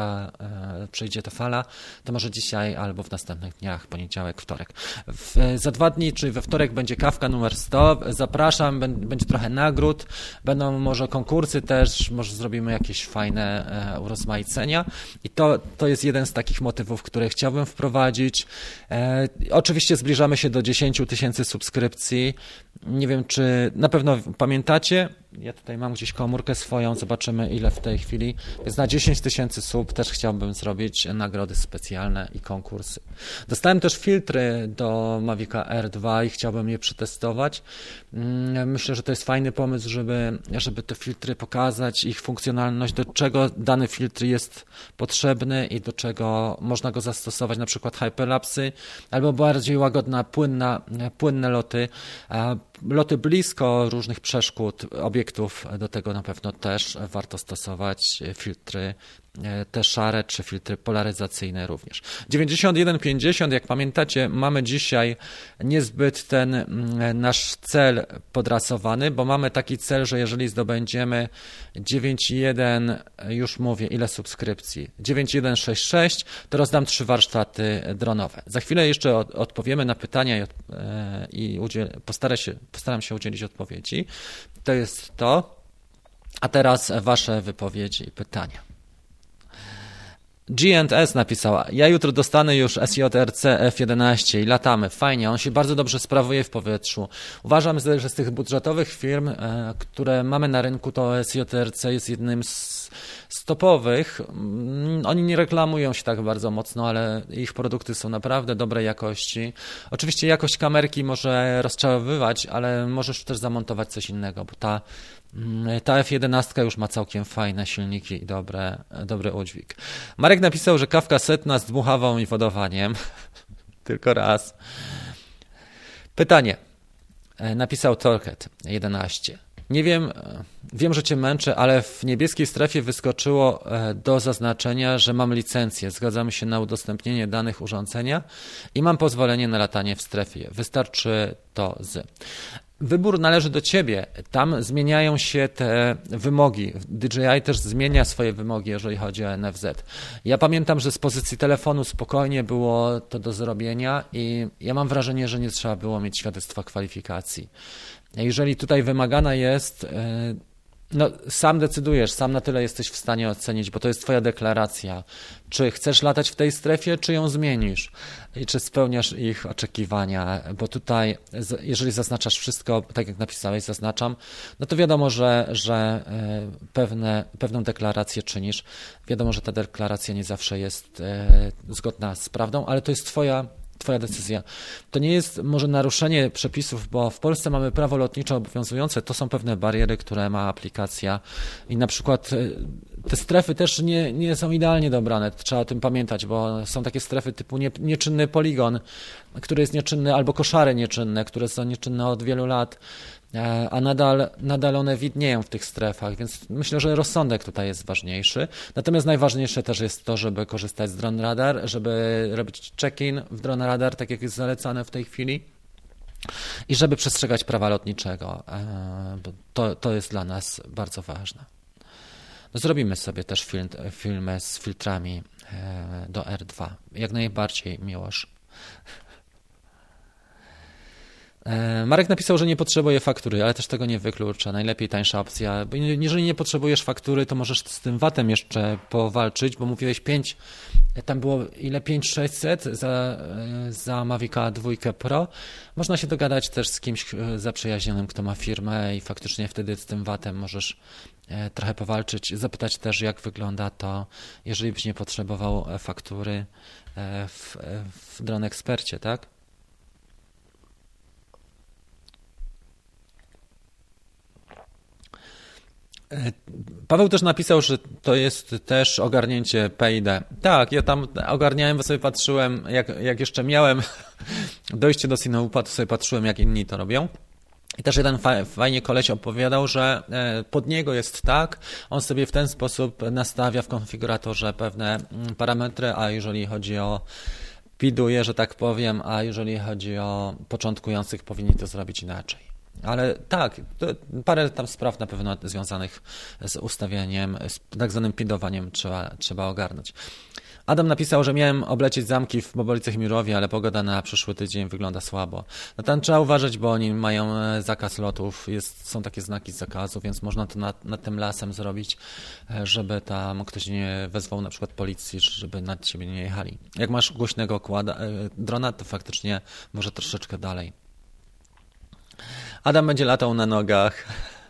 ta fala, to może dzisiaj albo w następnych dniach, poniedziałek, wtorek. Za 2 dni, czyli we wtorek będzie kawka numer 100. Zapraszam, będzie trochę nagród, będą może konkursy też, może zrobimy jakieś fajne urozmaicenia i to jest jeden z takich motywów, które chciałbym wprowadzić. Oczywiście zbliżamy się do 10 000 subskrypcji. Nie wiem, czy na pewno pamiętacie, ja tutaj mam gdzieś komórkę swoją, zobaczymy ile w tej chwili. Więc na 10 000 sub też chciałbym zrobić nagrody specjalne i konkursy. Dostałem też filtry do Mavica R2 i chciałbym je przetestować. Myślę, że to jest fajny pomysł, żeby te filtry pokazać, ich funkcjonalność, do czego dany filtr jest potrzebny i do czego można go zastosować, na przykład hyperlapsy, albo bardziej łagodna, płynne loty, loty blisko różnych przeszkód, obiektów, do tego na pewno też warto stosować filtry te szare, czy filtry polaryzacyjne również. 9150, jak pamiętacie, mamy dzisiaj niezbyt ten nasz cel podrasowany, bo mamy taki cel, że jeżeli zdobędziemy 9.1, już mówię, ile subskrypcji, 9.166, to rozdam 3 warsztaty dronowe. Za chwilę jeszcze odpowiemy na pytania i postaram się udzielić odpowiedzi. To jest to. A teraz wasze wypowiedzi i pytania. G&S napisała, ja jutro dostanę już SJRC F11 i latamy, fajnie, on się bardzo dobrze sprawuje w powietrzu. Uważam, że z tych budżetowych firm, które mamy na rynku, to SJRC jest jednym z topowych. Oni nie reklamują się tak bardzo mocno, ale ich produkty są naprawdę dobrej jakości. Oczywiście jakość kamerki może rozczarowywać, ale możesz też zamontować coś innego, bo ta F11 już ma całkiem fajne silniki i dobry udźwig. Marek napisał, że kawka setna z dmuchawą i wodowaniem. Tylko raz. Pytanie. Napisał Torket 11. Nie wiem, wiem, że cię męczę, ale w niebieskiej strefie wyskoczyło do zaznaczenia, że mam licencję. Zgadzamy się na udostępnienie danych urządzenia i mam pozwolenie na latanie w strefie. Wystarczy to z. Wybór należy do ciebie. Tam zmieniają się te wymogi. DJI też zmienia swoje wymogi, jeżeli chodzi o NFZ. Ja pamiętam, że z pozycji telefonu spokojnie było to do zrobienia i ja mam wrażenie, że nie trzeba było mieć świadectwa kwalifikacji. Jeżeli tutaj wymagana jest, no sam decydujesz, sam na tyle jesteś w stanie ocenić, bo to jest twoja deklaracja, czy chcesz latać w tej strefie, czy ją zmienisz i czy spełniasz ich oczekiwania, bo tutaj jeżeli zaznaczasz wszystko, tak jak napisałeś, zaznaczam, no to wiadomo, że pewną deklarację czynisz. Wiadomo, że ta deklaracja nie zawsze jest zgodna z prawdą, ale to jest twoja decyzja. To nie jest może naruszenie przepisów, bo w Polsce mamy prawo lotnicze obowiązujące, to są pewne bariery, które ma aplikacja i na przykład te strefy też nie są idealnie dobrane, trzeba o tym pamiętać, bo są takie strefy typu nieczynny poligon, który jest nieczynny, albo koszary nieczynne, które są nieczynne od wielu lat, a nadal one widnieją w tych strefach, więc myślę, że rozsądek tutaj jest ważniejszy. Natomiast najważniejsze też jest to, żeby korzystać z Drone Radar, żeby robić check-in w Drone Radar, tak jak jest zalecane w tej chwili, i żeby przestrzegać prawa lotniczego, bo to jest dla nas bardzo ważne. No, zrobimy sobie też filmy z filtrami do R2. Jak najbardziej, Miłosz. Marek napisał, że nie potrzebuje faktury, ale też tego nie wyklucza. Najlepiej tańsza opcja. Bo jeżeli nie potrzebujesz faktury, to możesz z tym VAT-em jeszcze powalczyć, bo mówiłeś 5, tam było ile? 5600 za Mavica 2 Pro. Można się dogadać też z kimś zaprzyjaźnionym, kto ma firmę i faktycznie wtedy z tym VAT-em możesz trochę powalczyć. Zapytać też, jak wygląda to, jeżeli byś nie potrzebował faktury w Drone Expercie, tak? Paweł też napisał, że to jest też ogarnięcie PID. Tak, ja tam ogarniałem, bo sobie patrzyłem, jak jeszcze miałem dojście do Sinoupa, to sobie patrzyłem, jak inni to robią. I też jeden fajnie koleś opowiadał, że pod niego jest tak, on sobie w ten sposób nastawia w konfiguratorze pewne parametry, a jeżeli chodzi o piduje, że tak powiem, a jeżeli chodzi o początkujących, powinni to zrobić inaczej. Ale tak, parę tam spraw na pewno związanych z ustawianiem, z tak zwanym pidowaniem trzeba ogarnąć. Adam napisał, że miałem oblecieć zamki w Bobolicach-Mirowie, ale pogoda na przyszły tydzień wygląda słabo. No tam trzeba uważać, bo oni mają zakaz lotów, są takie znaki zakazu, więc można to nad tym lasem zrobić, żeby tam ktoś nie wezwał na przykład policji, żeby nad ciebie nie jechali. Jak masz głośnego drona, to faktycznie może troszeczkę dalej. Adam będzie latał na nogach.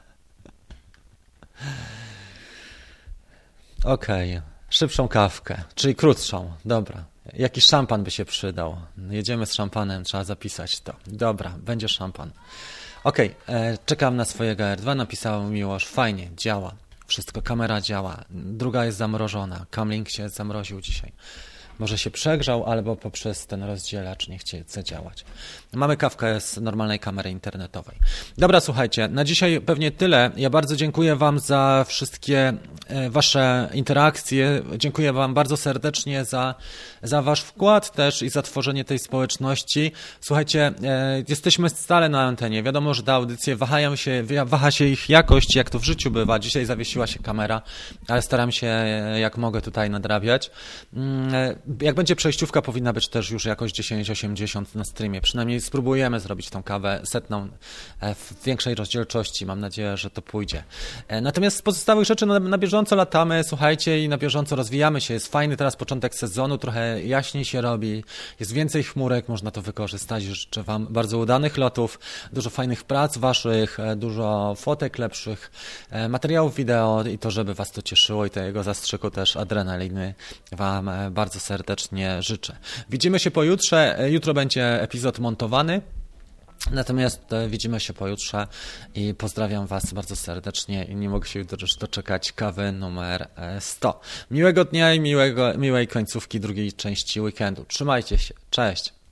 Okej. Szybszą kawkę, czyli krótszą. Dobra. Jakiś szampan by się przydał. Jedziemy z szampanem, trzeba zapisać to. Dobra, będzie szampan. Okej, czekam na swojego R2. Napisał Miłosz, fajnie, działa. Wszystko, kamera działa. Druga jest zamrożona. Camlink się zamroził dzisiaj. Może się przegrzał, albo poprzez ten rozdzielacz nie chce działać. Mamy kawkę z normalnej kamery internetowej. Dobra, słuchajcie, na dzisiaj pewnie tyle. Ja bardzo dziękuję Wam za wszystkie Wasze interakcje. Dziękuję Wam bardzo serdecznie za Wasz wkład też i za tworzenie tej społeczności. Słuchajcie, jesteśmy stale na antenie. Wiadomo, że te audycje waha się ich jakość, jak to w życiu bywa. Dzisiaj zawiesiła się kamera, ale staram się jak mogę tutaj nadrabiać. Jak będzie przejściówka, powinna być też już jakoś 1080 na streamie. Przynajmniej spróbujemy zrobić tą kawę setną w większej rozdzielczości. Mam nadzieję, że to pójdzie. Natomiast z pozostałych rzeczy na bieżąco latamy, słuchajcie, i na bieżąco rozwijamy się. Jest fajny teraz początek sezonu, trochę jaśniej się robi, jest więcej chmurek, można to wykorzystać. Życzę Wam bardzo udanych lotów, dużo fajnych prac Waszych, dużo fotek lepszych, materiałów wideo i to, żeby Was to cieszyło i tego zastrzyku też adrenaliny Wam bardzo serdecznie życzę. Widzimy się pojutrze. Jutro będzie epizod montowany. Natomiast widzimy się pojutrze i pozdrawiam Was bardzo serdecznie i nie mogę się już doczekać kawy numer 100. Miłego dnia i miłej końcówki drugiej części weekendu. Trzymajcie się. Cześć.